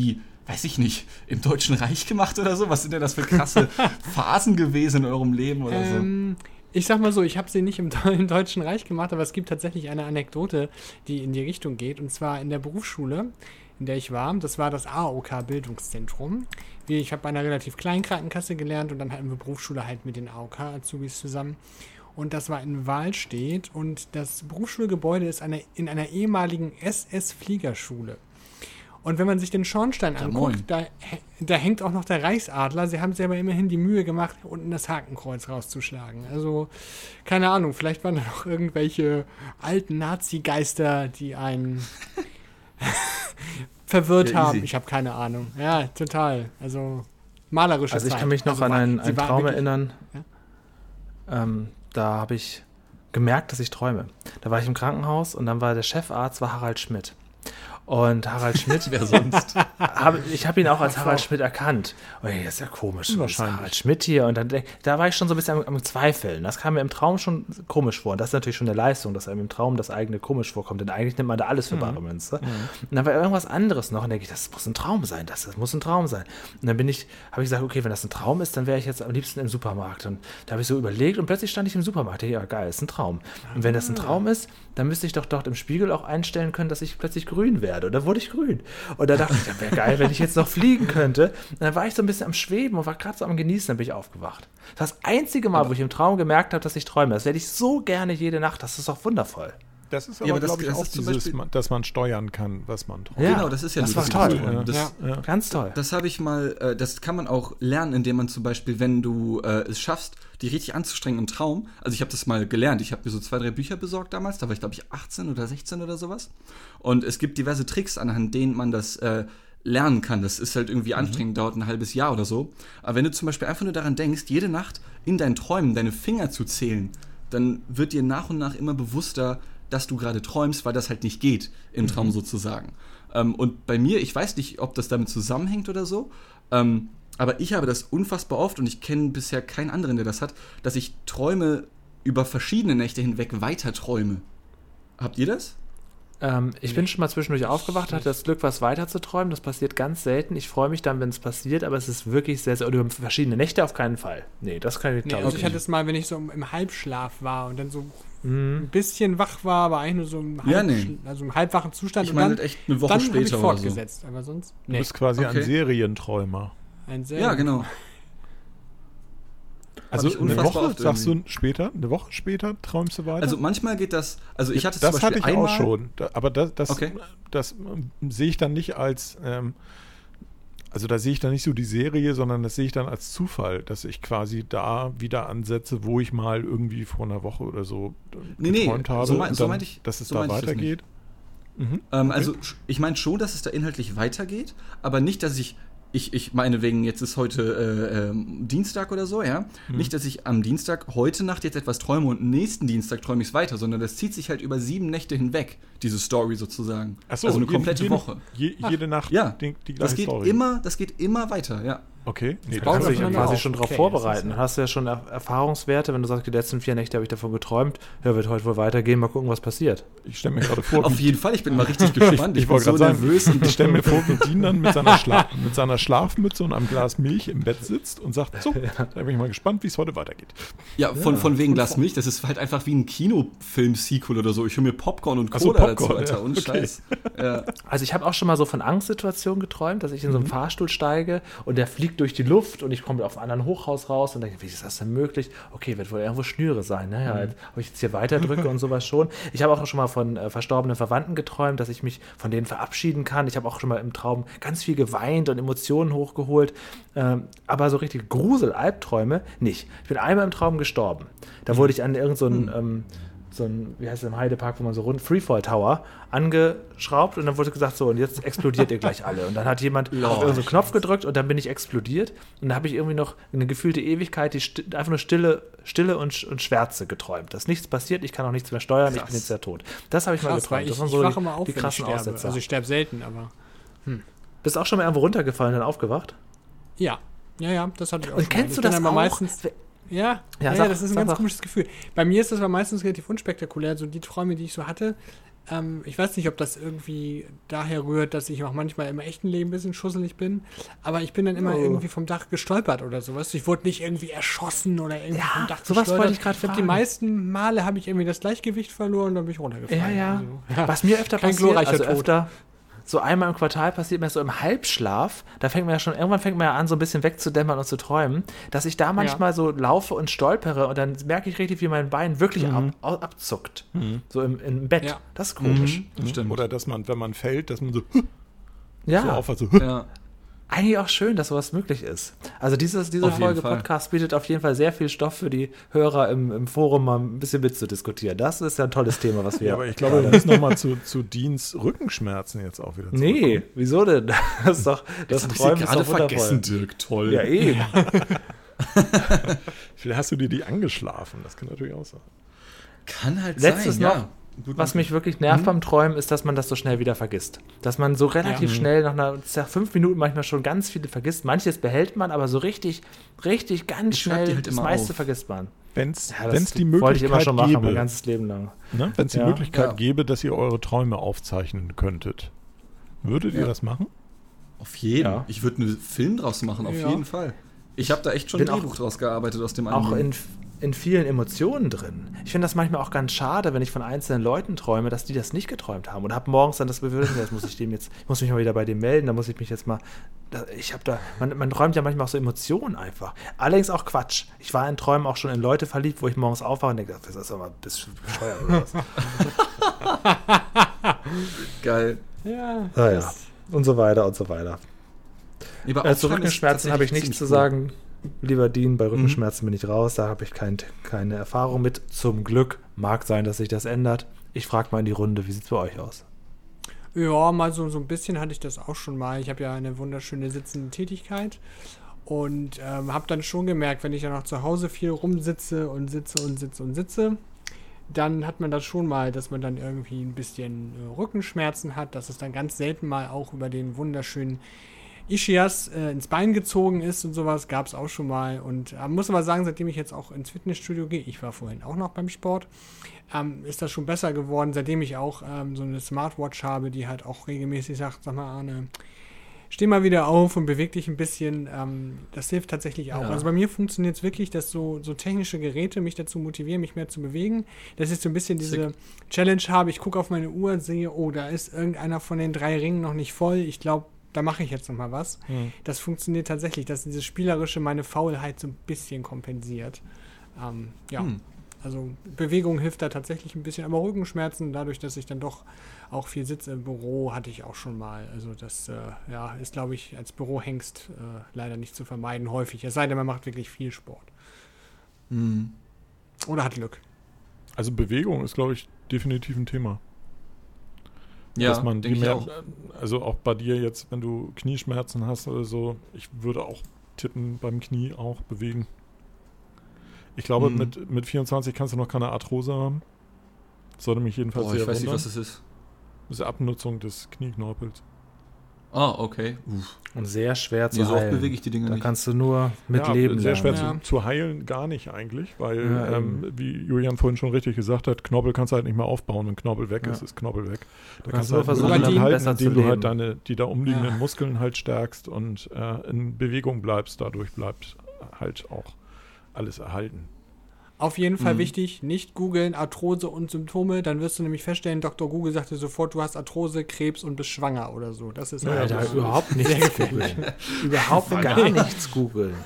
weiß ich nicht, im Deutschen Reich gemacht oder so? Was sind denn das für krasse Phasen gewesen in eurem Leben oder ähm, so? Ich sag mal so, ich habe sie nicht im, im Deutschen Reich gemacht, aber es gibt tatsächlich eine Anekdote, die in die Richtung geht. Und zwar in der Berufsschule, in der ich war. Das war das A O K-Bildungszentrum. Ich habe bei einer relativ kleinen Krankenkasse gelernt und dann hatten wir Berufsschule halt mit den A O K-Azubis zusammen. Und das war in Wahlstedt und das Berufsschulgebäude ist eine, in einer ehemaligen S S-Fliegerschule. Und wenn man sich den Schornstein Ja, anguckt, moin. da, da hängt auch noch der Reichsadler. Sie haben sich aber immerhin die Mühe gemacht, unten das Hakenkreuz rauszuschlagen. Also, keine Ahnung, vielleicht waren da noch irgendwelche alten Nazi-Geister, die einen verwirrt Ja, haben. easy. Ich habe keine Ahnung. Ja, total. Also, malerische Also ich Zeit. kann mich noch also, an war- einen, sie einen war Traum wirklich- erinnern. Ähm, da habe ich gemerkt, dass ich träume. Da war ich im Krankenhaus und dann war der Chefarzt war Harald Schmidt. Und Harald Schmidt, Wer sonst? hab, ich habe ihn auch als Harald Schmidt erkannt. Und ich, das ist ja komisch, das ist Wahrscheinlich. Harald Schmidt hier. Und dann, denk- da war ich schon so ein bisschen am, am Zweifeln. Das kam mir im Traum schon komisch vor. Und das ist natürlich schon eine Leistung, dass einem im Traum das eigene komisch vorkommt. Denn eigentlich nimmt man da alles für bare Münze. Und dann war irgendwas anderes noch. Und denke ich, das muss ein Traum sein. Das, das muss ein Traum sein. Und dann bin ich, habe ich gesagt, okay, wenn das ein Traum ist, dann wäre ich jetzt am liebsten im Supermarkt. Und da habe ich so überlegt und plötzlich stand ich im Supermarkt. Ja, geil, ist ein Traum. Und wenn das ein Traum ist, dann müsste ich doch dort im Spiegel auch einstellen können, dass ich plötzlich grün werde. Und dann wurde ich grün. Und da dachte ich, das wäre geil, wenn ich jetzt noch fliegen könnte. Und dann war ich so ein bisschen am Schweben und war gerade so am Genießen, dann bin ich aufgewacht. Das war das einzige Mal, wo ich im Traum gemerkt habe, dass ich träume. Das werde ich so gerne jede Nacht. Das ist doch wundervoll. Das ist Ja, aber, aber das- glaube ich, das auch ist zum dieses, Beispiel- ma- dass man steuern kann, was man träumt. Ja, Genau, das ist ja das nur war das toll. Träumen. Das, Ja. Ja. Ganz toll. Das habe ich mal, äh, das kann man auch lernen, indem man zum Beispiel, wenn du äh, es schaffst, die richtig anzustrengen im Traum. Also ich habe das mal gelernt. Ich habe mir so zwei, drei Bücher besorgt damals. Da war ich, glaube ich, achtzehn oder sechzehn oder sowas. Und es gibt diverse Tricks, anhand denen man das äh, lernen kann. Das ist halt irgendwie anstrengend, dauert ein halbes Jahr oder so. Aber wenn du zum Beispiel einfach nur daran denkst, jede Nacht in deinen Träumen deine Finger zu zählen, dann wird dir nach und nach immer bewusster, dass du gerade träumst, weil das halt nicht geht im Traum sozusagen. Ähm, und bei mir, ich weiß nicht, ob das damit zusammenhängt oder so, ähm, aber ich habe das unfassbar oft und ich kenne bisher keinen anderen, der das hat, dass ich Träume über verschiedene Nächte hinweg weiter träume. Habt ihr das? Ähm, ich bin schon mal zwischendurch aufgewacht, hatte das Glück, was weiter zu träumen. Das passiert ganz selten. Ich freue mich dann, wenn es passiert, aber es ist wirklich sehr, sehr, oder über verschiedene Nächte auf keinen Fall. Nee, das kann ich Nee, glaube also ich ich hatte es mal, wenn ich so im Halbschlaf war und dann so Mhm. ein bisschen wach war, aber eigentlich nur so im, Ja, Halb, nee. also im halbwachen Zustand. Ich und meine dann, echt eine Woche dann habe ich später oder so. fortgesetzt, aber sonst Du nee. bist quasi Okay. ein Serienträumer. Ein sehr Ja, genau. Also ich eine unfassbar Woche, oft sagst du irgendwie. später, eine Woche später träumst du weiter? Also manchmal geht das, also ich hatte das zum Beispiel hatte ich einmal, auch schon. Da, aber das, das, Okay. das ähm, sehe ich dann nicht als, ähm, also da sehe ich dann nicht so die Serie, sondern das sehe ich dann als Zufall, dass ich quasi da wieder ansetze, wo ich mal irgendwie vor einer Woche oder so äh, Nee, nee, geträumt habe, so mein- und so dann, meinte ich- dass es so da meinte ich das weitergeht. Mhm. Ähm, Okay. Also sch- ich meine schon, dass es da inhaltlich weitergeht, aber nicht, dass ich, ich, ich meine wegen, jetzt ist heute äh, ähm, Dienstag oder so, ja, Mhm. nicht, dass ich am Dienstag heute Nacht jetzt etwas träume und nächsten Dienstag träume ich es weiter, sondern das zieht sich halt über sieben Nächte hinweg, diese Story sozusagen. Ach so, also eine jede- komplette jede, Woche. Je, jede Nacht Ja, die, die gleiche Das geht Story. immer, das geht immer weiter, ja. Okay. Nee, baut Da kannst du dich aufeinander quasi auf. schon drauf Okay, vorbereiten. das ist ja- Dann hast du ja schon er Erfahrungswerte, wenn du sagst, die letzten vier Nächte habe ich davon geträumt. Ja, wird heute wohl weitergehen, mal gucken, was passiert. ich stelle mir gerade vor, Auf wie, jeden Fall, ich bin mal richtig gespannt. ich Ich bin wollte so gerade sagen, nervös. Und ich stelle mir vor, wie Dean dann mit seiner, Schla mit seiner Schlafmütze und einem Glas Milch im Bett sitzt und sagt, so, da bin ich mal gespannt, wie es heute weitergeht. ja, von, von wegen Glas Milch, das ist halt einfach wie ein Kinofilm-Sequel oder so. Ich höre mir Popcorn und Ach so, Cola Popcorn, dazu, Alter, ja, ohne okay. Scheiß. Ja. Also ich habe auch schon mal so von Angstsituationen geträumt, dass ich in so einen Fahrstuhl steige und der fliegt durch die Luft und ich komme auf einem anderen Hochhaus raus und denke, wie ist das denn möglich? Okay, wird wohl irgendwo Schnüre sein. Naja, jetzt, ob ich jetzt hier weiter drücke und sowas schon. Ich habe auch schon mal von äh, verstorbenen Verwandten geträumt, dass ich mich von denen verabschieden kann. Ich habe auch schon mal im Traum ganz viel geweint und Emotionen hochgeholt. Ähm, aber so richtig Grusel, Albträume nicht. Ich bin einmal im Traum gestorben. Da wurde ich an irgendeinen so einen, ähm, so ein, wie heißt es im Heidepark, wo man so rund, Freefall Tower, angeschraubt und dann wurde gesagt, so, und jetzt explodiert ihr gleich alle. Und dann hat jemand auf irgendeinen Knopf gedrückt und dann bin ich explodiert. Und dann habe ich irgendwie noch eine gefühlte Ewigkeit, die sti- einfach nur Stille, Stille und, Sch- und Schwärze geträumt. Dass nichts passiert, ich kann auch nichts mehr steuern, ich Krass. bin jetzt ja tot. Das habe ich mal Krass, weil geträumt. ich, Das waren ich so wache die, immer auf, die wenn ich krassen sterbe. Aussetzer. Also ich sterbe selten, aber Bist auch schon mal irgendwo runtergefallen und dann aufgewacht? ja. Ja, ja, das hatte ich auch Und schon mal. kennst Ich du bin das aber auch? meistens Ja, Ja, ja, sag- das ist ein sag ganz doch. komisches Gefühl. Bei mir ist das aber meistens relativ unspektakulär. So die Träume, die ich so hatte, Ähm, ich weiß nicht, ob das irgendwie daher rührt, dass ich auch manchmal im echten Leben ein bisschen schusselig bin, aber ich bin dann immer Oh. irgendwie vom Dach gestolpert oder sowas. Ich wurde nicht irgendwie erschossen oder irgendwie Ja, vom Dach sowas gestolpert. wollte ich gerade Ich habe die fragen. meisten Male habe ich irgendwie das Gleichgewicht verloren und dann bin ich runtergefallen. Ja, ja. Also, Was mir öfter Kein passiert, glorreicher also Tod. öfter, so einmal im Quartal passiert mir so im Halbschlaf, da fängt man ja schon, irgendwann fängt man ja an, so ein bisschen wegzudämmern und zu träumen, dass ich da manchmal so laufe und stolpere und dann merke ich richtig, wie mein Bein wirklich ab, au- abzuckt. So im, im Bett. Ja. Das ist komisch. Das stimmt. Oder dass man, wenn man fällt, dass man so, Ja, so aufhört, so, Ja. eigentlich auch schön, dass sowas möglich ist. Also dieses, diese Auf jeden Folge Fall. Podcast bietet auf jeden Fall sehr viel Stoff für die Hörer im, im Forum mal ein bisschen mitzudiskutieren. Das ist ja ein tolles Thema, was wir... ja, aber ich glaube, wir müssen nochmal zu, zu Deans Rückenschmerzen jetzt auch wieder Nee, zurückkommen. wieso denn? Das ist doch, das Das habe ich Träumen dir ist gerade doch wundervoll. vergessen, Dirk. Toll. Ja, eben. Vielleicht hast du dir die angeschlafen, das kann natürlich auch sein. Kann halt Letztes sein, noch, ja. Gut Was möglich. mich wirklich nervt beim Träumen, ist, dass man das so schnell wieder vergisst. Dass man so relativ Ja. schnell nach einer nach fünf Minuten manchmal schon ganz viele vergisst. Manches behält man, aber so richtig, richtig ganz Ich schreib die schnell halt das immer meiste auf. vergisst man. Wenn es Ja, das die wollte ich immer Möglichkeit schon machen, mein gäbe, ganzes Leben lang. ne? wenn es die Ja. Möglichkeit Ja. gäbe, dass ihr eure Träume aufzeichnen könntet, würdet ihr Ja. das machen? Auf jeden. Ja. Ich würde einen Film draus machen, auf Ja. jeden Fall. Ich habe da echt schon ein Bin auch- Drehbuch draus gearbeitet aus dem Auch Anime. in, in vielen Emotionen drin. Ich finde das manchmal auch ganz schade, wenn ich von einzelnen Leuten träume, dass die das nicht geträumt haben. Und habe morgens dann das Bewusstsein, das muss ich dem jetzt, ich muss mich mal wieder bei dem melden, da muss ich mich jetzt mal, da, ich habe da, man, man träumt ja manchmal auch so Emotionen einfach. Allerdings auch Quatsch. Ich war in Träumen auch schon in Leute verliebt, wo ich morgens aufwache und denke, das ist aber ein bisschen bescheuert oder was. Geil. Ja. Ah, ja. Und so weiter und so weiter. Nee, aber Äh, zu Aufschreiben ist Rückenschmerzen habe ich tatsächlich nichts zu ziemlich cool. sagen. Lieber Dean, bei Rückenschmerzen bin ich raus. Da habe ich kein, keine Erfahrung mit. Zum Glück. Mag sein, dass sich das ändert. Ich frage mal in die Runde, wie sieht es bei euch aus? Ja, mal so, so ein bisschen hatte ich das auch schon mal. Ich habe ja eine wunderschöne sitzende Tätigkeit und ähm, habe dann schon gemerkt, wenn ich dann auch zu Hause viel rumsitze und sitze und sitze und sitze, dann hat man das schon mal, dass man dann irgendwie ein bisschen äh, Rückenschmerzen hat, dass es dann ganz selten mal auch über den wunderschönen Ischias äh, ins Bein gezogen ist und sowas, gab es auch schon mal. Und äh, muss aber sagen, seitdem ich jetzt auch ins Fitnessstudio gehe, ich war vorhin auch noch beim Sport, ähm, ist das schon besser geworden, seitdem ich auch ähm, so eine Smartwatch habe, die halt auch regelmäßig sagt, sag mal Arne, steh mal wieder auf und beweg dich ein bisschen. Ähm, das hilft tatsächlich auch. Ja. Also bei mir funktioniert es wirklich, dass so, so technische Geräte mich dazu motivieren, mich mehr zu bewegen. Dass ich so ein bisschen diese Sick. Challenge habe, ich gucke auf meine Uhr, sehe, oh, da ist irgendeiner von den drei Ringen noch nicht voll. Ich glaube, da mache ich jetzt noch mal was. Das funktioniert tatsächlich, dass dieses Spielerische meine Faulheit so ein bisschen kompensiert. Ähm, ja, Hm. also Bewegung hilft da tatsächlich ein bisschen, aber Rückenschmerzen, dadurch, dass ich dann doch auch viel sitze im Büro, hatte ich auch schon mal. Also das äh, ja, ist, glaube ich, als Bürohengst äh, leider nicht zu vermeiden, häufig. Es sei denn, man macht wirklich viel Sport. Mhm. Oder hat Glück. Also Bewegung ist, glaube ich, definitiv ein Thema. Ja, dass man denke die ich mehr, auch. also auch bei dir jetzt, wenn du Knieschmerzen hast oder so, ich würde auch tippen beim Knie auch bewegen. Ich glaube, Mhm. mit, mit vierundzwanzig kannst du noch keine Arthrose haben. Das sollte mich jedenfalls Boah, sehr ich weiß nicht, wundern. was das ist. Das ist Abnutzung des Knieknorpels. Ah, okay. Uff. Und sehr schwer zu Nee, so oft heilen. bewege ich die Dinge Da nicht. kannst du nur mit ja, leben sehr schwer lernen. zu, Ja. zu heilen, gar nicht eigentlich, weil, Ja, ähm, wie Julian vorhin schon richtig gesagt hat, Knorpel kannst du halt nicht mehr aufbauen. Wenn Knorpel weg Ja. ist, ist Knorpel weg. Da kannst kannst du nur halt versuchen, nur dann halten, besser zu indem du halt leben. deine, die da umliegenden Ja. Muskeln halt stärkst und äh, in Bewegung bleibst. Dadurch bleibt halt auch alles erhalten. Auf jeden Fall Mhm. wichtig, nicht googeln, Arthrose und Symptome, dann wirst du nämlich feststellen, Doktor Google sagte sofort, du hast Arthrose, Krebs und bist schwanger oder so. Das ist Ja, Alter, das ist überhaupt nichts googeln. Überhaupt gar nichts googeln.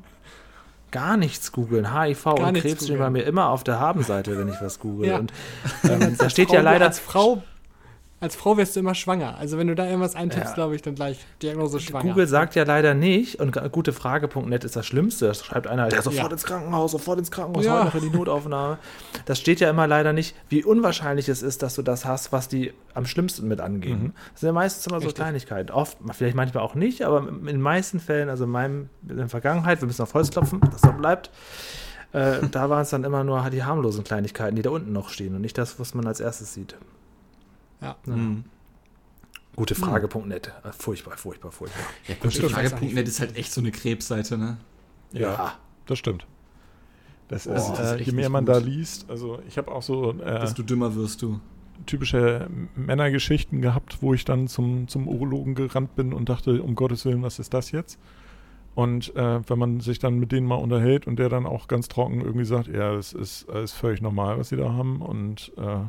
Gar nichts googeln. H I V Gar und nichts Krebs stehen googeln. bei mir immer auf der Habenseite, wenn ich was google. Ja. Und ähm, da steht Frau, ja leider. Als Frau, als Frau wirst du immer schwanger. Also wenn du da irgendwas eintippst, Ja. glaube ich, dann gleich Diagnose schwanger. Google sagt ja leider nicht, und g- gutefrage punkt net ist das Schlimmste, das schreibt einer, ja, sofort Ja. ins Krankenhaus, sofort ins Krankenhaus, Ja. heute noch in die Notaufnahme. Das steht ja immer leider nicht, wie unwahrscheinlich es ist, dass du das hast, was die am schlimmsten mit angeben. Mhm. Das sind ja meistens immer so Richtig. Kleinigkeiten. Oft, vielleicht manchmal auch nicht, aber in den meisten Fällen, also in, meinem, in der Vergangenheit, wir müssen auf Holz klopfen, dass das bleibt, äh, da waren es dann immer nur die harmlosen Kleinigkeiten, die da unten noch stehen und nicht das, was man als erstes sieht. Ja. Mhm. Gutefrage punkt net. Äh, Furchtbar, furchtbar, furchtbar. Ja, gut, stimmt. Frage punkt net ist halt echt so eine Krebsseite, ne? Ja, das stimmt. Das Boah, ist, das ist äh, echt je mehr nicht man gut. da liest, also ich habe auch so, äh, Desto dümmer wirst du. typische Männergeschichten gehabt, wo ich dann zum, zum Urologen gerannt bin und dachte, um Gottes Willen, was ist das jetzt? Und äh, wenn man sich dann mit denen mal unterhält und der dann auch ganz trocken irgendwie sagt, ja, das ist, das ist völlig normal, was sie da haben und äh,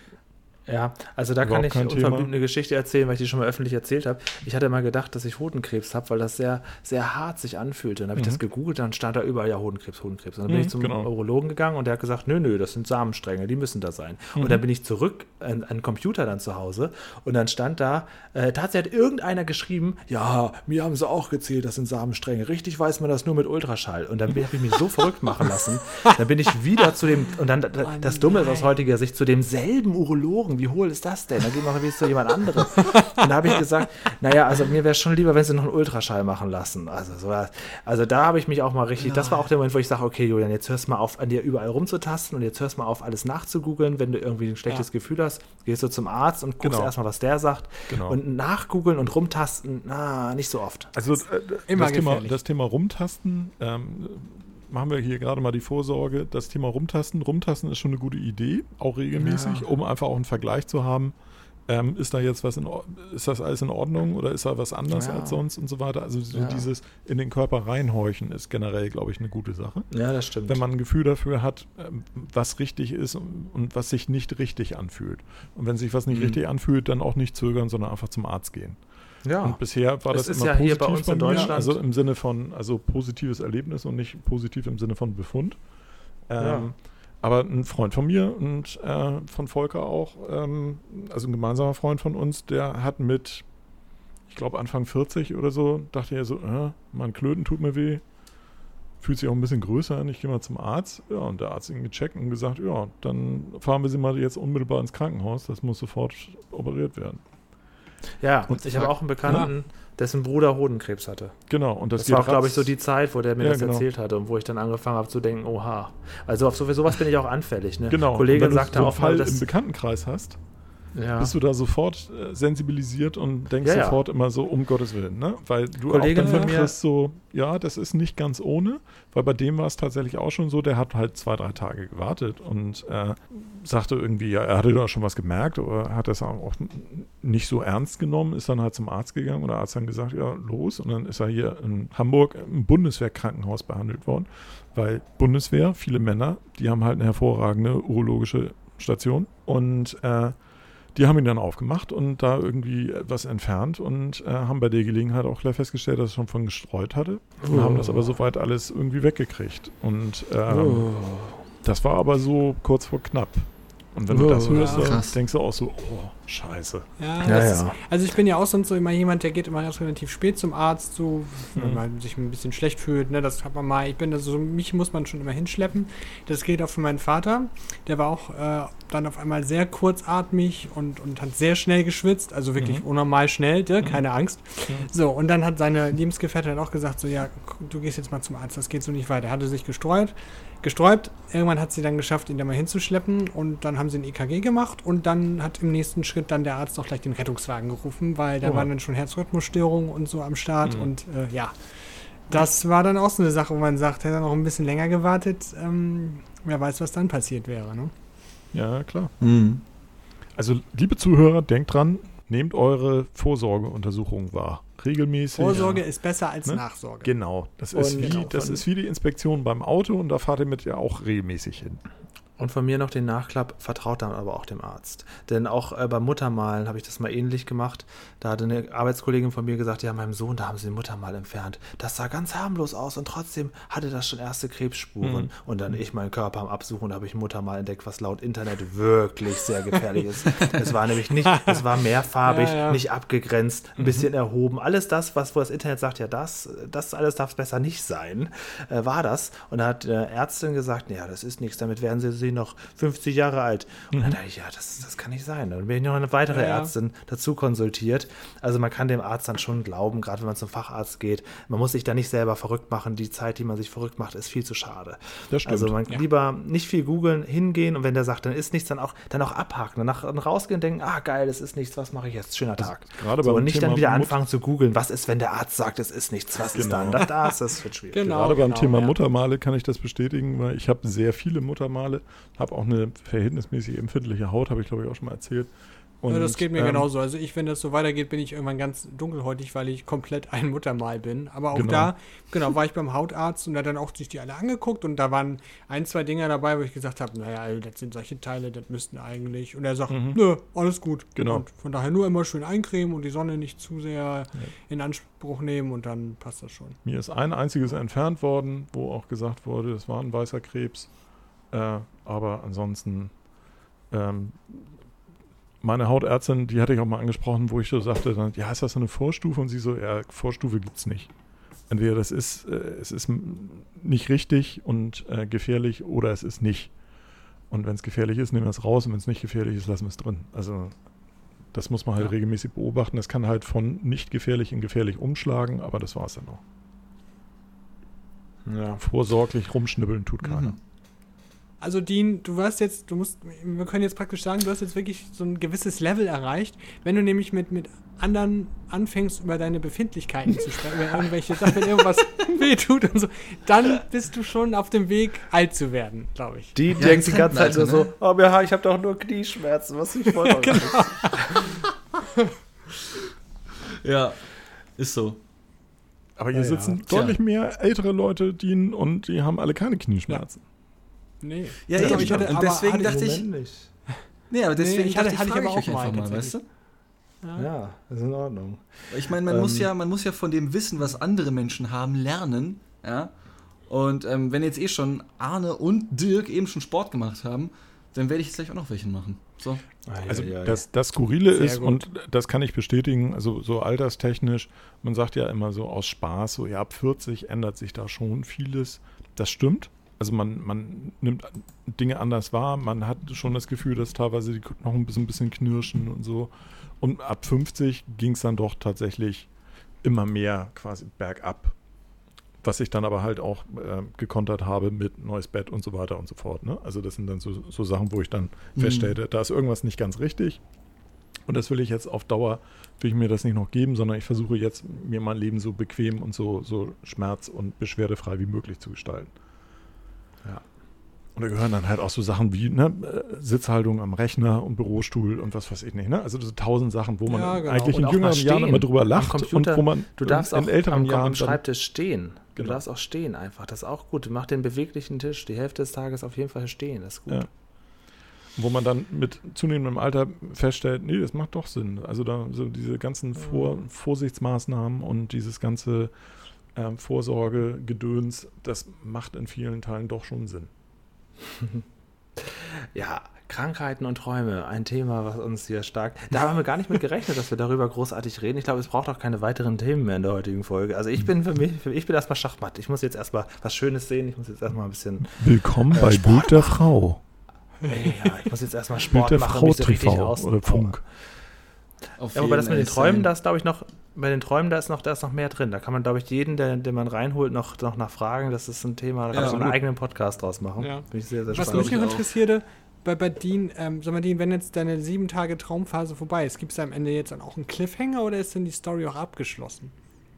ja, also da kann ich unverblümt eine Geschichte erzählen, weil ich die schon mal öffentlich erzählt habe. Ich hatte mal gedacht, dass ich Hodenkrebs habe, weil das sehr, sehr hart sich anfühlte. Und dann habe ich mhm. das gegoogelt, dann stand da überall, ja, Hodenkrebs, Hodenkrebs. Und dann bin mhm, ich zum genau. Urologen gegangen und der hat gesagt, nö, nö, das sind Samenstränge, die müssen da sein. Mhm. Und dann bin ich zurück an, an den Computer dann zu Hause und dann stand da, äh, tatsächlich hat irgendeiner geschrieben, ja, mir haben sie auch gezählt, das sind Samenstränge. Richtig weiß man das nur mit Ultraschall. Und dann habe ich mich so verrückt machen lassen. Dann bin ich wieder zu dem, und dann, oh, das Dumme ist aus heutiger Sicht, zu demselben Urologen. Wie hohl ist das denn? Dann geht man wieder zu jemand anderem. Und da habe ich gesagt, naja, also mir wäre es schon lieber, wenn sie noch einen Ultraschall machen lassen. Also, so, also da habe ich mich auch mal richtig, das war auch der Moment, wo ich sage, okay, Julian, jetzt hörst du mal auf, an dir überall rumzutasten und jetzt hörst du mal auf, alles nachzugoogeln. Wenn du irgendwie ein schlechtes ja. Gefühl hast, gehst du zum Arzt und guckst genau. erstmal, was der sagt. Genau. Und nachgoogeln und rumtasten, na, nicht so oft. Also äh, Immer das, Thema, das Thema Rumtasten, ähm, machen wir hier gerade mal die Vorsorge, das Thema Rumtasten. Rumtasten ist schon eine gute Idee, auch regelmäßig, ja. um einfach auch einen Vergleich zu haben. Ähm, ist da jetzt was in ist das alles in Ordnung oder ist da was anders ja. als sonst und so weiter? Also so ja. dieses in den Körper reinhorchen ist generell, glaube ich, eine gute Sache. Ja, das stimmt. Wenn man ein Gefühl dafür hat, was richtig ist und, und was sich nicht richtig anfühlt. Und wenn sich was nicht mhm. richtig anfühlt, dann auch nicht zögern, sondern einfach zum Arzt gehen. Ja. Und bisher war das, das immer ja positiv hier bei uns in Deutschland. Mir, also im Sinne von, also positives Erlebnis und nicht positiv im Sinne von Befund. Ähm, ja. Aber ein Freund von mir und äh, von Volker auch, ähm, also ein gemeinsamer Freund von uns, der hat mit, ich glaube Anfang vierzig oder so, dachte er so, äh, mein Klöten tut mir weh, fühlt sich auch ein bisschen größer an, ich gehe mal zum Arzt. Ja, und der Arzt hat ihn gecheckt und gesagt, ja, dann fahren wir sie mal jetzt unmittelbar ins Krankenhaus, das muss sofort operiert werden. Ja, und ich habe auch einen Bekannten, ja. dessen Bruder Hodenkrebs hatte. Genau. Und das, das war auch, glaube ich, so die Zeit, wo der mir ja, das genau. erzählt hatte und wo ich dann angefangen habe zu denken, oha. Also auf sowas bin ich auch anfällig. Ne? Genau. Kollege sagte so auch mal, dass im Bekanntenkreis hast, ja. bist du da sofort äh, sensibilisiert und denkst ja, ja. sofort immer so, um Gottes Willen, ne? Weil du Kollege auch dann mitkriegst so, ja, das ist nicht ganz ohne, weil bei dem war es tatsächlich auch schon so, der hat halt zwei, drei Tage gewartet und äh, sagte irgendwie, ja, er hatte da schon was gemerkt, aber hat das auch nicht so ernst genommen, ist dann halt zum Arzt gegangen und der Arzt hat gesagt, ja, los. Und dann ist er hier in Hamburg im Bundeswehrkrankenhaus behandelt worden, weil Bundeswehr, viele Männer, die haben halt eine hervorragende urologische Station und äh, die haben ihn dann aufgemacht und da irgendwie etwas entfernt und äh, haben bei der Gelegenheit auch gleich festgestellt, dass er schon von gestreut hatte und oh. haben das aber soweit alles irgendwie weggekriegt. Und ähm, oh. das war aber so kurz vor knapp. Und wenn oh. du das hörst, ja, dann denkst du auch so, oh, scheiße. Ja, ja, ja. Ist, also ich bin ja auch sonst so immer jemand, der geht immer erst relativ spät zum Arzt, so, Mhm. wenn man sich ein bisschen schlecht fühlt, ne, das hat man mal, ich bin da so, mich muss man schon immer hinschleppen. Das geht auch für meinen Vater, der war auch äh, dann auf einmal sehr kurzatmig und, und hat sehr schnell geschwitzt, also wirklich Mhm. unnormal schnell, ne, Mhm. keine Angst. Mhm. So, und dann hat seine Lebensgefährtin auch gesagt, so, ja, du gehst jetzt mal zum Arzt, das geht so nicht weiter. Er hatte sich gestreut, gesträubt, irgendwann hat sie dann geschafft, ihn da mal hinzuschleppen und dann haben sie ein E K G gemacht und dann hat im nächsten Schritt dann der Arzt auch gleich den Rettungswagen gerufen, weil da Oh. waren dann schon Herzrhythmusstörungen und so am Start Mhm. und äh, ja, das war dann auch so eine Sache, wo man sagt, hätte er noch ein bisschen länger gewartet, ähm, wer weiß, was dann passiert wäre, ne? Ja, klar. Mhm. Also, liebe Zuhörer, denkt dran, nehmt eure Vorsorgeuntersuchungen wahr. Regelmäßig. Vorsorge ja. ist besser als Ne? Nachsorge. Genau. Das ist, Und wie, genau, das von- ist wie die Inspektion beim Auto und da fahrt ihr mit ja auch regelmäßig hin. Und von mir noch den Nachklapp, vertraut dann aber auch dem Arzt. Denn auch äh, beim Muttermalen habe ich das mal ähnlich gemacht. Da hatte eine Arbeitskollegin von mir gesagt, ja, meinem Sohn, da haben sie den Muttermal entfernt. Das sah ganz harmlos aus und trotzdem hatte das schon erste Krebsspuren. Mhm. Und dann ich meinen Körper am Absuchen, da habe ich ein Muttermal entdeckt, was laut Internet wirklich sehr gefährlich ist. Es war nämlich nicht, es war mehrfarbig, Ja, ja. nicht abgegrenzt, ein bisschen erhoben. Alles das, was wo das Internet sagt, ja, das, das alles darf es besser nicht sein, äh, war das. Und da hat die Ärztin gesagt, ja, das ist nichts, damit werden sie, sie noch fünfzig Jahre alt. Und dann dachte ich, ja, das, das kann nicht sein. Dann bin ich noch eine weitere Ja, ja. Ärztin dazu konsultiert. Also man kann dem Arzt dann schon glauben, gerade wenn man zum Facharzt geht. Man muss sich da nicht selber verrückt machen. Die Zeit, die man sich verrückt macht, ist viel zu schade. Das stimmt. Also man Ja. lieber nicht viel googeln, hingehen und wenn der sagt, dann ist nichts, dann auch, dann auch abhaken. Danach rausgehen und denken, ah geil, es ist nichts, was mache ich jetzt? Schöner Tag. gerade so, beim und nicht Thema dann wieder Mut- anfangen zu googeln, was ist, wenn der Arzt sagt, es ist nichts, was ist Genau. dann? Das, das, das wird schwierig. Genau. Gerade beim genau, Thema ja. Muttermale kann ich das bestätigen, weil ich habe sehr viele Muttermale habe auch eine verhältnismäßig empfindliche Haut, habe ich glaube ich auch schon mal erzählt. Und, ja, das geht mir ähm, genauso. Also ich, wenn das so weitergeht, bin ich irgendwann ganz dunkelhäutig, weil ich komplett ein Muttermal bin. Aber auch Genau. da, genau, war ich beim Hautarzt und hat dann auch sich die alle angeguckt und da waren ein, zwei Dinger dabei, wo ich gesagt habe, naja, also das sind solche Teile, das müssten eigentlich. Und er sagt, Mhm. nö, alles gut. Genau. Und von daher nur immer schön eincremen und die Sonne nicht zu sehr in Anspruch nehmen und dann passt das schon. Mir ist ein einziges entfernt worden, wo auch gesagt wurde, es war ein weißer Krebs. Äh, aber ansonsten, ähm, meine Hautärztin, die hatte ich auch mal angesprochen, wo ich so sagte, dann, ja, ist das so eine Vorstufe? Und sie so, ja, Vorstufe gibt's nicht. Entweder das ist, äh, es ist m- nicht richtig und äh, gefährlich oder es ist nicht. Und wenn es gefährlich ist, nehmen wir es raus und wenn es nicht gefährlich ist, lassen wir es drin. Also das muss man halt Ja. regelmäßig beobachten. Das kann halt von nicht gefährlich in gefährlich umschlagen, aber das war es dann auch. Ja. Vorsorglich rumschnibbeln tut keiner. Mhm. Also Dean, du warst jetzt, du musst, wir können jetzt praktisch sagen, du hast jetzt wirklich so ein gewisses Level erreicht. Wenn du nämlich mit, mit anderen anfängst, über deine Befindlichkeiten zu sprechen, über irgendwelche Sachen, wenn irgendwas wehtut und so, dann bist du schon auf dem Weg, alt zu werden, glaube ich. Die Ja, denkt die im ganze Zeit nur so, Rentenalter, oh ja, ich habe doch nur Knieschmerzen, was ich voll Genau. Ja, ist so. Aber hier Ja, sitzen tja. deutlich mehr ältere Leute, die und die haben alle keine Knieschmerzen. Nee. Ja, Ja, eben. aber ich hatte- und aber deswegen hatte- dachte ich, nicht. nee, aber deswegen Nee, ich hatte- dachte hatte ich frage aber euch auch mal einfach mal, tatsächlich. weißt du? Ja. Ja, ist in Ordnung. Ich meine, man Ähm, muss ja, man muss ja von dem Wissen, was andere Menschen haben, lernen, ja. Und ähm, wenn jetzt eh schon Arne und Dirk eben schon Sport gemacht haben, dann werde ich jetzt gleich auch noch welchen machen. So. Also ja, ja, das, das Skurrile Sehr ist, gut. und das kann ich bestätigen, also so alterstechnisch, man sagt ja immer so aus Spaß, so ja, ab vierzig ändert sich da schon vieles. Das stimmt. Also man, man nimmt Dinge anders wahr, man hat schon das Gefühl, dass teilweise die noch ein bisschen, ein bisschen knirschen und so. Und ab fünfzig ging es dann doch tatsächlich immer mehr quasi bergab. Was ich dann aber halt auch äh, gekontert habe mit neues Bett und so weiter und so fort. Ne? Also das sind dann so, so Sachen, wo ich dann Mhm. feststellte, da ist irgendwas nicht ganz richtig. Und das will ich jetzt auf Dauer, will ich mir das nicht noch geben, sondern ich versuche jetzt, mir mein Leben so bequem und so, so schmerz- und beschwerdefrei wie möglich zu gestalten. Ja. Und da gehören dann halt auch so Sachen wie ne, äh, Sitzhaltung am Rechner und Bürostuhl und was weiß ich nicht. Ne? Also so tausend Sachen, wo man Ja, genau. eigentlich Und in auch jüngeren mal Jahren stehen immer drüber am lacht Computer. und wo man Du darfst in auch älteren am, Jahren am dann- Schreibtisch stehen. Du Genau. darfst auch stehen einfach. Das ist auch gut. Mach den beweglichen Tisch die Hälfte des Tages auf jeden Fall stehen. Das ist gut. Ja. Wo man dann mit zunehmendem Alter feststellt, nee, das macht doch Sinn. Also da so diese ganzen Vor- Vorsichtsmaßnahmen und dieses ganze ähm, Vorsorgegedöns, das macht in vielen Teilen doch schon Sinn. Ja, Krankheiten und Träume, ein Thema, was uns hier stark... Da haben wir gar nicht mit gerechnet, dass wir darüber großartig reden. Ich glaube, es braucht auch keine weiteren Themen mehr in der heutigen Folge. Also ich bin für mich, für, ich bin erstmal Schachmatt. Ich muss jetzt erstmal was Schönes sehen. Ich muss jetzt erstmal ein bisschen... Willkommen Äh, bei Sport Bild der Frau. Ja, ich muss jetzt erstmal Bild Sport der machen, Frau mich so richtig T V aus. oder Funk. Auf Ja, aber das jeden mit den Fall Träumen, sein. da ist, glaube ich, noch, bei den Träumen, da ist noch, da ist noch mehr drin. Da kann man, glaube ich, jeden, der, den man reinholt, noch, noch nachfragen. Das ist ein Thema, da kann Ja, man so einen gut. eigenen Podcast draus machen. Ja. Bin ich sehr, sehr Was spannend. mich noch ich auch. interessierte, bei, bei Dean, ähm, sag mal, Dean, wenn jetzt deine sieben Tage Traumphase vorbei ist, gibt es da am Ende jetzt dann auch einen Cliffhanger oder ist denn die Story auch abgeschlossen?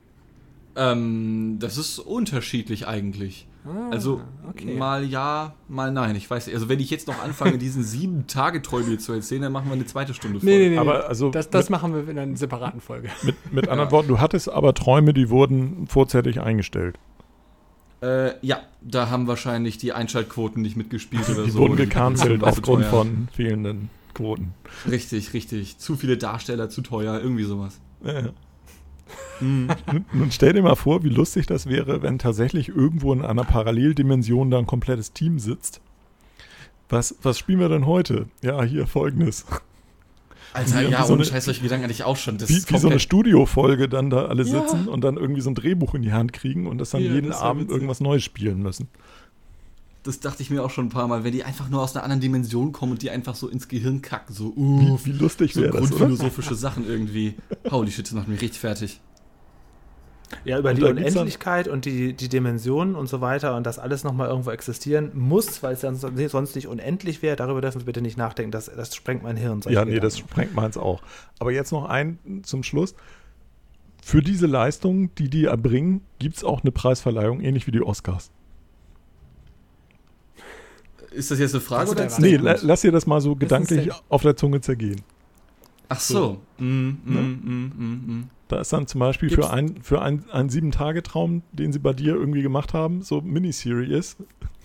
Ähm, das ist unterschiedlich eigentlich. Ah, Also okay. mal ja, mal nein. Ich weiß nicht. Also wenn ich jetzt noch anfange, diesen sieben Tage Träume zu erzählen, dann machen wir eine zweite Stunde voll. Nee, nee, nee. Aber also das das mit, machen wir in einer separaten Folge. mit, mit anderen Worten, du hattest aber Träume, die wurden vorzeitig eingestellt. Äh, ja, da haben wahrscheinlich die Einschaltquoten nicht mitgespielt oder Die so. wurden Die gecancelt waren zu aufgrund teuer. von fehlenden Quoten. Richtig, richtig. Zu viele Darsteller, zu teuer, irgendwie sowas. Ja, ja. Mhm. Nun, nun stell dir mal vor, wie lustig das wäre, wenn tatsächlich irgendwo in einer Paralleldimension da ein komplettes Team sitzt. Was, was spielen wir denn heute? Ja, hier folgendes. Alter, Wie- ja, wie so ohne eine- Scheiß, solche Gedanken hatte ich auch schon. Das Wie, ist wie so eine komplett- Studiofolge dann da alle Ja. sitzen und dann irgendwie so ein Drehbuch in die Hand kriegen und das dann Ja, jeden das wär Abend witzig. irgendwas Neues spielen müssen. Das dachte ich mir auch schon ein paar Mal, wenn die einfach nur aus einer anderen Dimension kommen und die einfach so ins Gehirn kacken. So, Wie, uh, wie lustig so wäre das, oder? grundphilosophische Sachen irgendwie. Holy shit, das macht mich richtig fertig. Ja, über Und die da gibt's dann- Unendlichkeit und die, die Dimensionen und so weiter und das alles nochmal irgendwo existieren muss, weil es dann so- sonst nicht unendlich wäre, darüber dürfen wir bitte nicht nachdenken. Das, das sprengt mein Hirn. solche Ja, nee, das Gedanken. sprengt meins auch. Aber jetzt noch ein zum Schluss. Für diese Leistung, die die erbringen, gibt es auch eine Preisverleihung, ähnlich wie die Oscars. ist das jetzt eine Frage oder das ein Nee, Statement? la, lass dir das mal so ist gedanklich ein Statement. auf der Zunge zergehen. Ach so. Mm, mm, mm, mm, mm. Da ist dann zum Beispiel Gibt's- für ein, für ein, einen Sieben-Tage-Traum, den sie bei dir irgendwie gemacht haben, so Miniseries.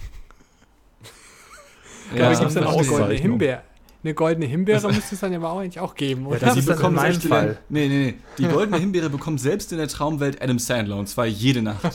Ja, aber gibt es dann eine auch eine goldene Auszeichnung. Himbeere? Eine goldene Himbeere müsste es dann aber auch eigentlich auch geben, oder? das Die ist dann bekommen in meinem selbst Fall. In der, nee, nee, nee. Die goldene Himbeere bekommt selbst in der Traumwelt Adam Sandler und zwar jede Nacht.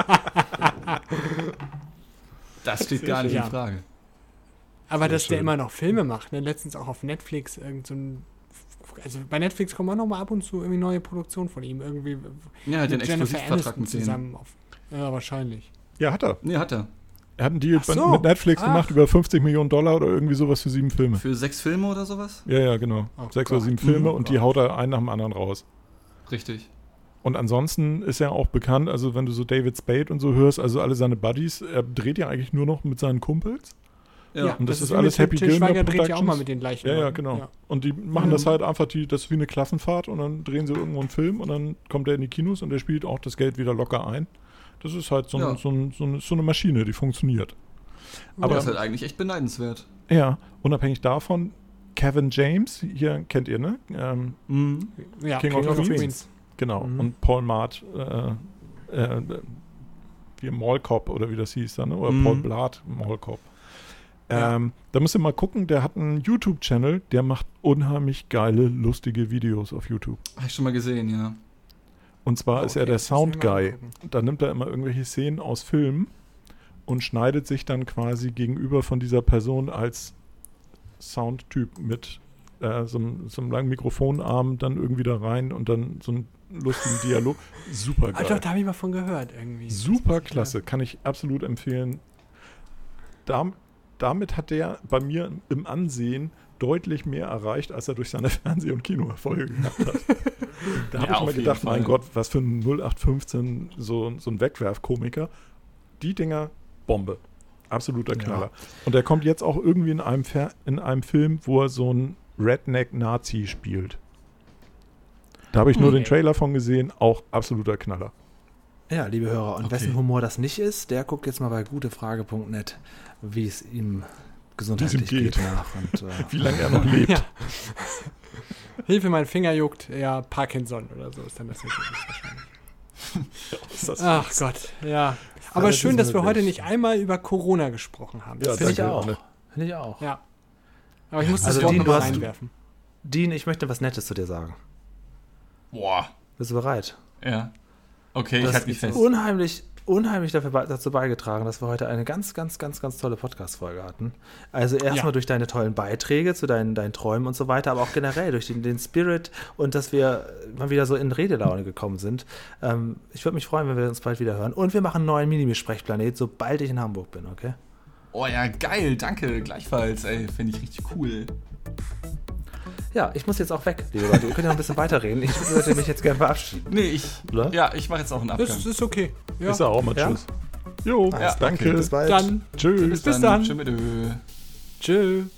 Das steht gar nicht Ja. in Frage. aber dass der schön. immer noch Filme macht, ne? Letztens auch auf Netflix irgend so ein. Also bei Netflix kommen auch noch mal ab und zu irgendwie neue Produktionen von ihm. Irgendwie Ja, hat den mit Jennifer Exklusivvertrag Aniston mit denen. zusammen. Auf, ja, wahrscheinlich. Ja, hat er. Nee, hat er. Er hat einen Deal Ach so. mit Netflix Ach. gemacht über fünfzig Millionen Dollar oder irgendwie sowas für sieben Filme. Für sechs Filme oder sowas? Ja, ja, genau. Oh Sechs Gott. oder sieben Filme Oh und die Gott. haut er einen nach dem anderen raus. Richtig. Und ansonsten ist er auch bekannt, also wenn du so David Spade und so hörst, also alle seine Buddies, er dreht ja eigentlich nur noch mit seinen Kumpels. Ja. Und das ist wie alles mit Happy Til Gilmore Schweiger dreht ja auch Productions. mal mit den gleichen. Ja, ja, Leuten. genau. Ja. Und die machen Mhm. das halt einfach, die, das ist wie eine Klassenfahrt und dann drehen sie irgendwo einen Film und dann kommt er in die Kinos und der spielt auch das Geld wieder locker ein. Das ist halt so, ein, Ja. so, ein, so, eine, so eine Maschine, die funktioniert. Aber Aber das ist halt eigentlich echt beneidenswert. ja, unabhängig davon, Kevin James, hier kennt ihr, ne? Ähm, Mhm. Ja, King of Queens. Genau. Mhm. Und Paul Mart, äh, äh, wie Mall Cop oder wie das hieß dann, ne? Oder Mhm. Paul Blart, Mall Cop. Ja. Ähm, da müsst ihr mal gucken, der hat einen YouTube-Channel, der macht unheimlich geile, lustige Videos auf YouTube. Hab ich schon mal gesehen, ja. Und zwar Oh, ist er okay, der das muss ich mir mal Sound-Guy. angucken. Da nimmt er immer irgendwelche Szenen aus Filmen und schneidet sich dann quasi gegenüber von dieser Person als Soundtyp mit äh, so, einem- so einem langen Mikrofonarm dann irgendwie da rein und dann so einen lustigen Dialog. Super Ah, doch, geil. da habe ich mal von gehört irgendwie. Super klasse, kann ich absolut empfehlen. Dam, damit hat der bei mir im Ansehen deutlich mehr erreicht, als er durch seine Fernseh- und Kinoerfolge gehabt hat. Da habe Ja, ich auf mal jeden gedacht, mein Fall. Gott, was für ein null acht fünfzehn, so, so ein Wegwerfkomiker. Die Dinger, Bombe. Absoluter Knaller. Und er kommt jetzt auch irgendwie in einem, Fer in einem Film, wo er so ein Redneck-Nazi spielt. Da habe ich nur Okay. den Trailer von gesehen, auch absoluter Knaller. Ja, liebe Hörer, und Okay. wessen Humor das nicht ist, der guckt jetzt mal bei gutefrage punkt net, wie es ihm gesundheitlich Wie es ihm geht. geht. nach. Und, äh, Wie lange er noch lebt. Ja. Hilfe, mein Finger juckt. Ja, Parkinson oder so ist dann das Ergebnis wahrscheinlich. Ist das Ach Gott, ja. Aber Alles schön, ist dass wir möglich. heute nicht einmal über Corona gesprochen haben. Ja, Das Finde ich danke, auch. Anne. Finde ich auch. Ja. Aber ich muss das Also, Wort Dean, noch du mal hast- reinwerfen. Dean, ich möchte was Nettes zu dir sagen. Boah. Bist du bereit? Ja. Okay, ich Das halte mich ist fest. unheimlich, unheimlich dafür, bei- dazu beigetragen, dass wir heute eine ganz, ganz, ganz, ganz tolle Podcast-Folge hatten. Also erstmal Ja. durch deine tollen Beiträge zu deinen, deinen Träumen und so weiter, aber auch generell durch den, den Spirit und dass wir mal wieder so in Redelaune gekommen sind. Ähm, ich würde mich freuen, wenn wir uns bald wieder hören. Und wir machen einen neuen Minimi-Sprechplanet, sobald ich in Hamburg bin, okay? Oh ja, geil, danke. Gleichfalls, ey. Finde ich richtig cool. Ja, ich muss jetzt auch weg, liebe Leute. Ihr könnt ja noch ein bisschen weiterreden. Ich würde mich jetzt gerne verabschieden. Nee, ich. Oder? Ja, ich mache jetzt auch einen Abgang. Das ist okay. Ja. Ist er auch mal Ja? Tschüss. Jo, Alles klar, danke. okay, bis bald. Dann. Tschüss. Bis dann. Tschüss. Tschö.